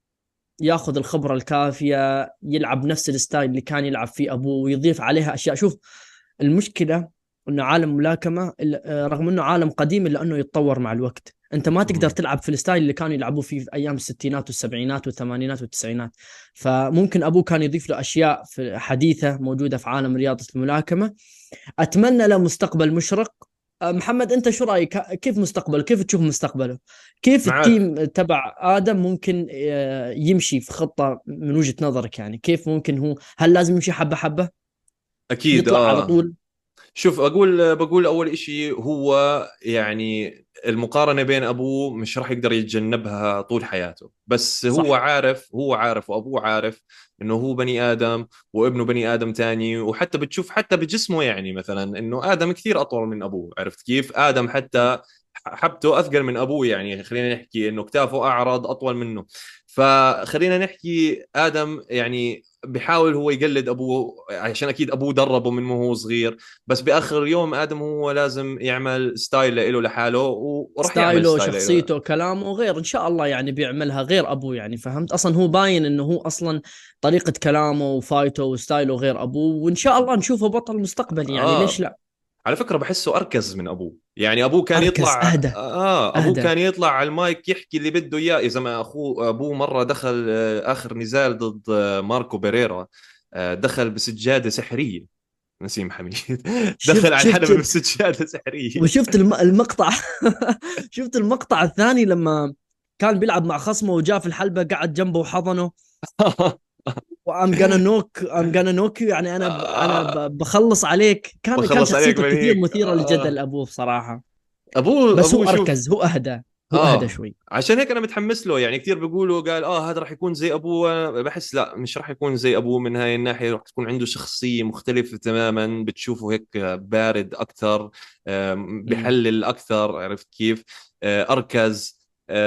ياخذ الخبرة الكافية، يلعب نفس الستايل اللي كان يلعب فيه ابوه ويضيف عليها اشياء. شوف المشكلة انه عالم ملاكمة رغم انه عالم قديم الا انه يتطور مع الوقت. انت ما تقدر مم. تلعب في الستايل اللي كانوا يلعبوه فيه في ايام الستينات والسبعينات والثمانينات والتسعينات. فممكن ابوه كان يضيف له اشياء في حديثة موجودة في عالم رياضة الملاكمة. اتمنى له مستقبل مشرق. محمد انت شو رايك؟ كيف مستقبله؟ كيف تشوف مستقبله؟ كيف معك التيم تبع ادم ممكن يمشي في خطة من وجهة نظرك؟ يعني كيف ممكن هو، هل لازم يمشي حبة حبة اكيد. يطلع على طول؟ شوف، بقول اول إشي هو يعني المقارنة بين ابوه مش راح يقدر يتجنبها طول حياته، بس هو صح. عارف، هو عارف وابوه عارف انه هو بني ادم وابنه بني ادم تاني. وحتى بتشوف حتى بجسمه، يعني مثلا انه ادم كثير اطول من ابوه، عرفت كيف، ادم حتى حبته اثقل من ابوه، يعني خلينا نحكي انه كتافه اعرض اطول منه. فخلينا نحكي ادم يعني بحاول هو يقلد ابوه، عشان اكيد ابوه دربه من وهو صغير. بس باخر اليوم ادم هو لازم يعمل ستايل له لحاله، وراح يعمل ستايله، ستايل له. شخصيته، كلامه غير ان شاء الله، يعني بيعملها غير ابوه. يعني فهمت، اصلا هو باين انه هو اصلا طريقة كلامه وفايته وستايله غير ابوه، وان شاء الله نشوفه بطل مستقبلي، يعني ليش اه، لا. على فكرة بحسه أركز من أبوه. يعني أبوه كان اركز، يطلع اهدى. أبوه اهدى. كان يطلع على المايك يحكي اللي بده إياه. إذا ما أبوه مرة دخل آخر نزال ضد ماركو بيريرا، دخل بسجادة سحرية، نسيم حميد. دخل شفت على شفت الحلبة بسجادة سحرية. وشفت المقطع. شفت المقطع الثاني لما كان بيلعب مع خصمه وجاء في الحلبة قعد جنبه وحضنه، وام جانا نوك، ام جانا نوك، يعني بخلص عليك. كان بخلص عليك شخصيته من كثير هيك. مثيرة للجدل ابوه بصراحة. بس هو أبوه شوف. اركز، هو اهدى، هو اهدى شوي. عشان هيك انا متحمس له. يعني كثير بيقولوا قال هذا راح يكون زي ابوه، أنا بحس لا، مش راح يكون زي ابوه. من هاي الناحيه راح تكون عنده شخصيه مختلفه تماما، بتشوفه هيك بارد اكثر، امم بحلل اكثر، عرفت كيف، اركز.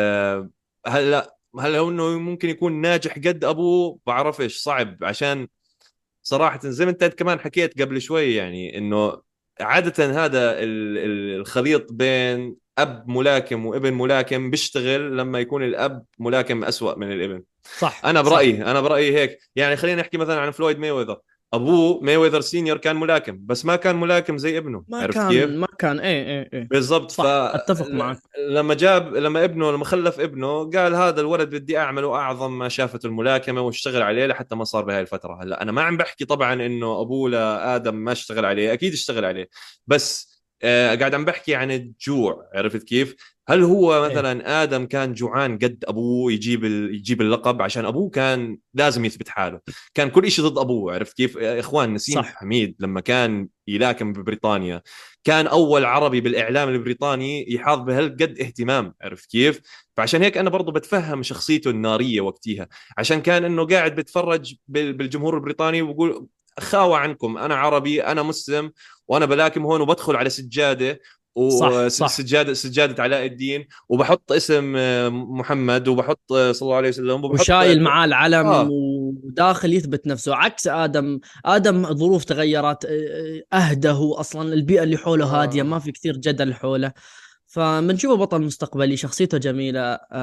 هلا هو انه ممكن يكون ناجح قد ابوه، بعرفش، صعب. عشان صراحة زي ما انت كمان حكيت قبل شوي، يعني انه عادة هذا الخليط بين اب ملاكم وابن ملاكم بيشتغل لما يكون الاب ملاكم أسوأ من الابن. صح انا صح. برأيي انا برأيي هيك. يعني خلينا نحكي مثلا عن فلويد مايويذر. ابوه مايويذر سينيور كان ملاكم، بس ما كان ملاكم زي ابنه، ما عرفت كيف. كان ما كان ايه. بالضبط. صح، اتفق معك. لما خلف ابنه قال هذا الولد بدي اعمله اعظم ما شافته الملاكمه، واشتغل عليه لحتى ما صار بهاي الفتره. هلا انا ما عم بحكي طبعا انه ابوه لادم ما اشتغل عليه، اكيد اشتغل عليه. بس قاعد عم بحكي عن الجوع، عرفت كيف. هل هو ايه. مثلا ادم كان جوعان قد ابوه يجيب اللقب؟ عشان ابوه كان لازم يثبت حاله، كان كل شيء ضد ابوه، عرفت كيف. يا اخوان، نسيم صح. حميد لما كان يلاكم ببريطانيا كان اول عربي بالاعلام البريطاني يحاط بهالقد اهتمام، عرفت كيف. فعشان هيك انا برضو بتفهم شخصيته الناريه وقتها، عشان كان انه قاعد بتفرج بالجمهور البريطاني وبقول خاوة عنكم، انا عربي، انا مسلم، وانا بلاكم هون وبدخل على سجاده، صح صح. سجاده علاء الدين، وبحط اسم محمد، وبحط صلى الله عليه وسلم، وبحط وشايل معاه العلم اه وداخل يثبت نفسه، عكس آدم. آدم ظروف تغيرت، أهدى، هو أصلا البيئة اللي حوله هادية، آه. ما في كثير جدل حوله. فبنشوفه بطل مستقبلي، شخصيته جميلة.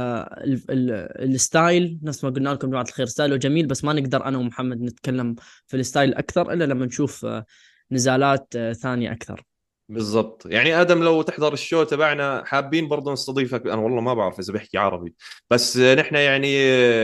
الستايل نفس ما قلنا لكم جماعة الخير، ستايله جميل، بس ما نقدر أنا ومحمد نتكلم في الستايل أكثر إلا لما نشوف نزالات ثانية أكثر. بالضبط. يعني ادم لو تحضر الشو تبعنا حابين برضه نستضيفك. انا والله ما بعرف اذا بحكي عربي، بس نحن يعني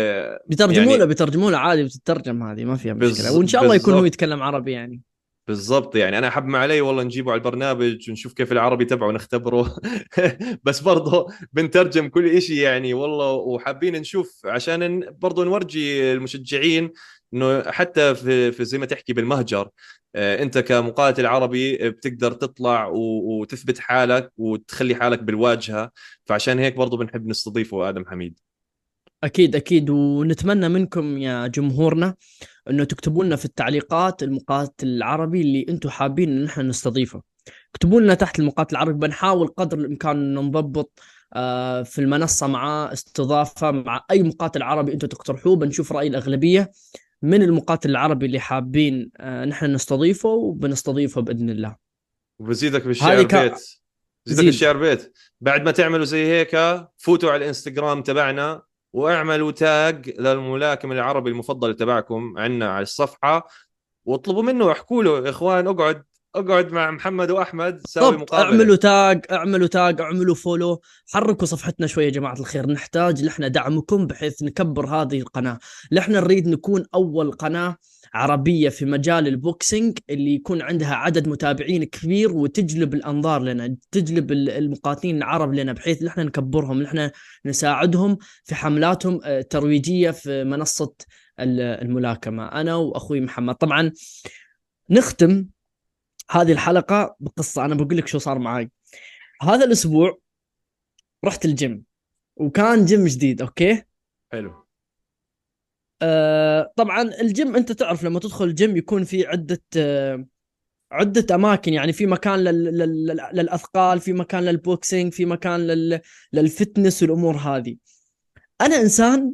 بيترجموا له عادي، بتترجم هذه ما فيها مشكلة، وإن شاء الله يكون هو بالضبط. يتكلم عربي يعني. بالضبط، يعني انا حب ما علي والله نجيبه على البرنامج ونشوف كيف العربي تبعه نختبره. بس برضه بنترجم كل إشي يعني والله. وحابين نشوف عشان برضه نورجي المشجعين انه حتى في زي ما تحكي بالمهجر، انت كمقاتل عربي بتقدر تطلع وتثبت حالك وتخلي حالك بالواجهة. فعشان هيك برضه بنحب نستضيفه آدم حميد. أكيد أكيد، ونتمنى منكم يا جمهورنا إنه تكتبوا لنا في التعليقات المقاتل العربي اللي أنتم حابين إن احنا نستضيفه. اكتبوا لنا تحت المقاتل العربي، بنحاول قدر الإمكان إن نضبط في المنصة مع استضافة مع أي مقاتل عربي أنتم تقترحوه، بنشوف رأي الأغلبية من المقاتل العربي اللي حابين نحن نستضيفه، وبنستضيفه بإذن الله. وبزيدك هذه بالشعر بيت. بزيدك زيد. بالشعر بيت، بعد ما تعملوا زي هيك فوتوا على الانستغرام تبعنا واعملوا تاج للملاكم العربي المفضل تبعكم عنا على الصفحة، واطلبوا منه، احكوا له يا اخوان اقعد مع محمد واحمد ساوي بالضبط، مقابلة. اعملوا فولو، حركوا صفحتنا شويه يا جماعه الخير، نحتاج لحنا دعمكم بحيث نكبر هذه القناه. لحنا نريد نكون اول قناه عربيه في مجال البوكسينج اللي يكون عندها عدد متابعين كبير، وتجلب الانظار لنا، تجلب المقاتلين العرب لنا، بحيث نحنا نكبرهم، نحنا نساعدهم في حملاتهم الترويجيه في منصه الملاكمه، انا واخوي محمد. طبعا نختم هذه الحلقة بقصة، أنا بقول لك شو صار معي. هذا الأسبوع رحت الجيم، وكان جيم جديد. أوكي. حلو. طبعا الجيم أنت تعرف لما تدخل الجيم يكون في عدة أماكن، يعني في مكان للأثقال، في مكان للبوكسينج، في مكان للفتنس والأمور هذه. أنا إنسان،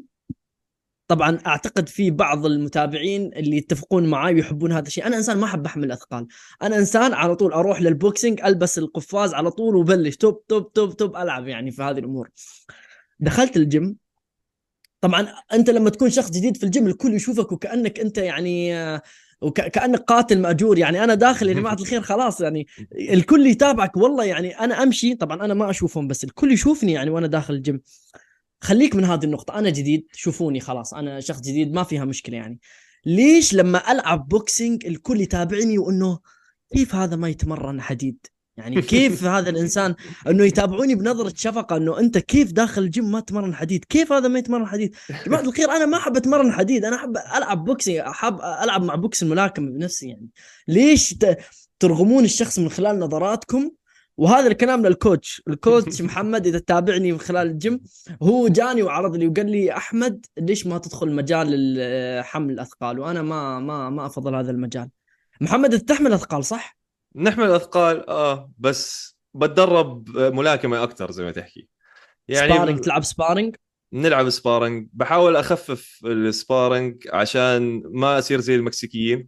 طبعا اعتقد في بعض المتابعين اللي يتفقون معي ويحبون هذا الشيء، انا انسان ما احب احمل اثقال. انا انسان على طول اروح للبوكسينج، البس القفاز على طول وبلش توب توب توب توب العب يعني في هذه الامور. دخلت الجيم، طبعا انت لما تكون شخص جديد في الجيم الكل يشوفك وكانك انت يعني وكانك قاتل ماجور. يعني انا داخل يا جماعه الخير خلاص، يعني الكل يتابعك والله. يعني انا امشي، طبعا انا ما اشوفهم بس الكل يشوفني يعني وانا داخل الجيم. خليك من هذه النقطة، أنا جديد، شوفوني خلاص أنا شخص جديد ما فيها مشكلة يعني. ليش لما ألعب بوكسينج الكل يتابعني وإنه كيف هذا ما يتمرن حديد؟ يعني كيف هذا الإنسان إنه يتابعوني بنظرة شفقة إنه أنت كيف داخل الجيم ما تمرن حديد؟ كيف هذا ما يتمرن حديد؟ جماعة الخير أنا ما أحب أتمرن حديد، أنا أحب ألعب بوكسينج، أحب ألعب مع بوكس الملاكمة بنفسي يعني. ليش ترغمون الشخص من خلال نظراتكم؟ وهذا الكلام الكوتش محمد اذا تتابعني من خلال الجيم، هو جاني وعرض لي وقال لي احمد ليش ما تدخل مجال حمل الاثقال، وانا ما افضل هذا المجال. محمد انت تحمل اثقال صح؟ نحمل اثقال بس بتدرب ملاكمة اكثر زي ما تحكي يعني. سبارينج، تلعب سبارينج؟ نلعب سبارنج، بحاول اخفف السبارنج عشان ما اصير زي المكسيكيين.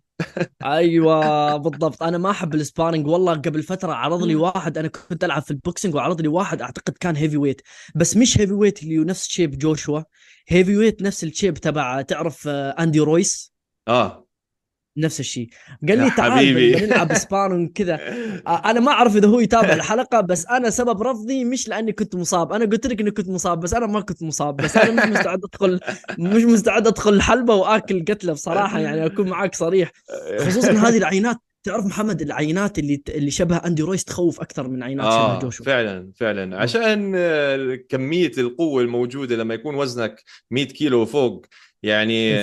ايوه بالضبط، انا ما احب السبارينج والله. قبل فتره عرض لي واحد، انا كنت العب في البوكسينج وعرض لي واحد اعتقد كان هيفي ويت، بس مش هيفي ويت اللي نفس شيب جوشوا، هيفي ويت نفس الشيب تبع تعرف اندي رويس، اه نفس الشيء. قال يا لي تعال حبيبي. بنلعب سبارن كذا. انا ما اعرف اذا هو يتابع الحلقه، بس انا سبب رفضي مش لاني كنت مصاب، انا قلت لك اني كنت مصاب بس انا ما كنت مصاب، بس انا مش مستعد ادخل الحلبه واكل قتله بصراحه، يعني اكون معاك صريح. خصوصا هذه العينات، تعرف محمد العينات اللي شبه اندي رويس تخوف اكثر من عينات شبه جوشو. فعلا فعلا، عشان كمية القوة الموجودة لما يكون وزنك 100 كيلو وفوق يعني.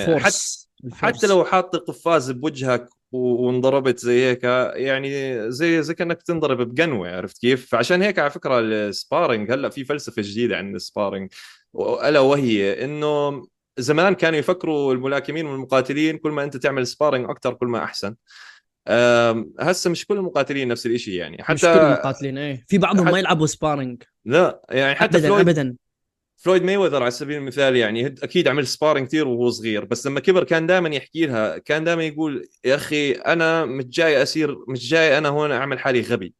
حتى الفورس. لو حاط قفاز بوجهك وانضربت زي هيك، يعني زي كأنك تنضرب بقنوة، عرفت كيف؟ فعشان هيك على فكرة السبارينج هلا في فلسفة جديدة عن السبارينج، ألا وهي إنه زمان كانوا يفكروا الملاكمين والمقاتلين كل ما أنت تعمل سبارينج أكتر كل ما أحسن. هسه مش كل المقاتلين نفس الشيء يعني. مش كل حتى المقاتلين، ايه في بعضهم ما يلعبوا سبارينج. لا يعني حتى ابدا ابدا. فلويد مايوذر على سبيل المثال، يعني اكيد عمل سبارينج كثير وهو صغير، بس لما كبر كان دائما يحكي لها، كان دائما يقول يا اخي انا مش جاي انا هون اعمل حالي غبي،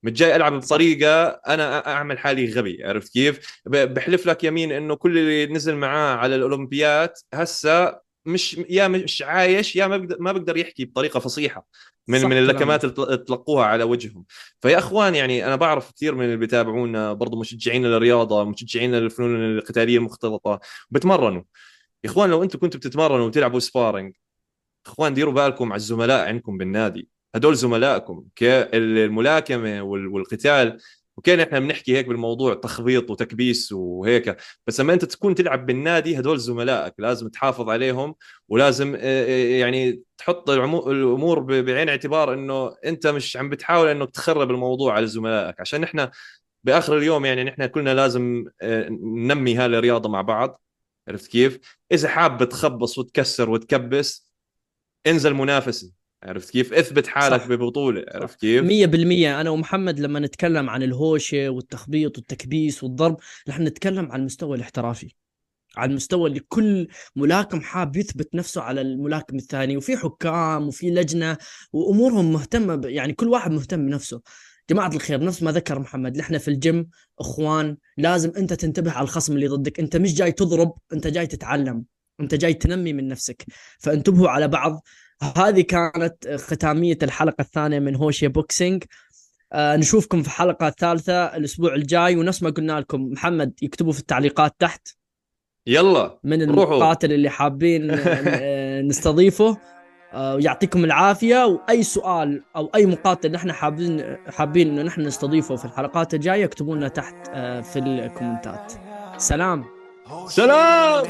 مش جاي العب بطريقه انا اعمل حالي غبي. عرفت كيف؟ بحلف لك يمين انه كل اللي نزل معاه على الاولمبياد هسه مش عايش، يا ما بقدر يحكي بطريقه فصيحه من صح اللكمات كلامك. اللي تلقوها على وجههم. فيا اخوان يعني انا بعرف كثير من اللي بيتابعونا برضو مشجعين للرياضه، مشجعين للفنون القتاليه المختلطه، بتمرنوا. يا اخوان لو انتم كنتوا بتتمرنوا وتلعبوا سبارينج، اخوان ديروا بالكم على الزملاء عندكم بالنادي، هدول زملائكم كالملاكمه والقتال. وكان احنا بنحكي هيك بالموضوع تخبيط وتكبيس وهيك، بس لما انت تكون تلعب بالنادي هدول زملائك لازم تحافظ عليهم، ولازم يعني تحط الامور بعين اعتبار انه انت مش عم بتحاول انك تخرب الموضوع على زملائك، عشان احنا باخر اليوم يعني نحن كلنا لازم ننمي هاي الرياضه مع بعض. عرفت كيف؟ اذا حاب تخبص وتكسر وتكبس، انزل منافسه. عرفت كيف؟ اثبت حالك صح ببطوله. صح عرفت كيف؟ 100%. أنا ومحمد لما نتكلم عن الهوشة والتخبيط والتكبيس والضرب، رح نتكلم عن المستوى الاحترافي، على المستوى اللي كل ملاكم حاب يثبت نفسه على الملاكم الثاني، وفي حكام وفي لجنة وأمورهم مهتمة يعني كل واحد مهتم بنفسه. جماعة الخير، نفس ما ذكر محمد، نحن في الجيم اخوان، لازم انت تنتبه على الخصم اللي ضدك. انت مش جاي تضرب، انت جاي تتعلم، انت جاي تنمي من نفسك. فانتبهوا على بعض. هذه كانت ختامية الحلقة الثانية من هوشي بوكسينج. نشوفكم في الحلقة الثالثة الأسبوع الجاي، ونفس ما قلنا لكم محمد يكتبوا في التعليقات تحت يلا من روحوا. المقاتل اللي حابين نستضيفه. ويعطيكم العافية. وأي سؤال أو أي مقاتل نحن حابين إنه نحن نستضيفه في الحلقات الجاية، اكتبوا لنا تحت في الكومنتات. سلام. سلام.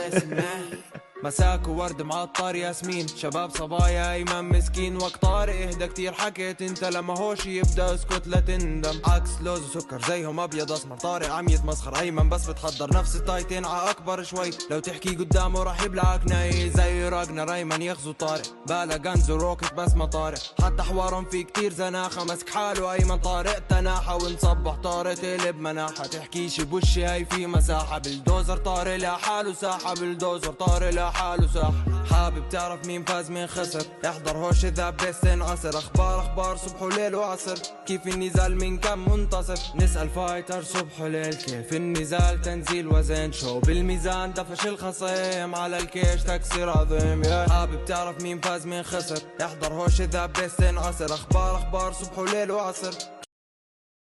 مساك وورد معطر ياسمين، شباب صبايا ايمن مسكين، وقت طارق اهدى كتير حكيت انت، لما هوش يبدا اسكت لا تندم، عكس لوز وسكر زيهم ابيض اسمر، طارق عم يتمسخر ايمن بس بتحضر نفس التايتين ع اكبر شوي، لو تحكي قدامه راح يبلعك ناي زي راجنر ايمن يغزو طارق، بالا غنز وروكت بس ما طارق، حتى حوارهم في كتير زناخه، مسك حاله ايمن طارق تناحه، ونصبح طارق تقلب مناحه، تحكيش بوشي هاي في مساحه، بالدوزر طارق لحاله ساحه، بالدوزر طارق لحاله ساحه، حابب تعرف مين فاز مين خسر، احضر هوش ذا بس انعصر، اخبار صبح وليل وعصر، كيف النزال من كم منتصف، نسأل فايتر صبح وليل كيف النزال، تنزيل وزن شو بالميزان، دفش الخصيم على الكيش تكسير عظيم، حابب تعرف مين فاز مين خسر، احضر هوش ذا بس انعصر، اخبار صبح وليل وعصر.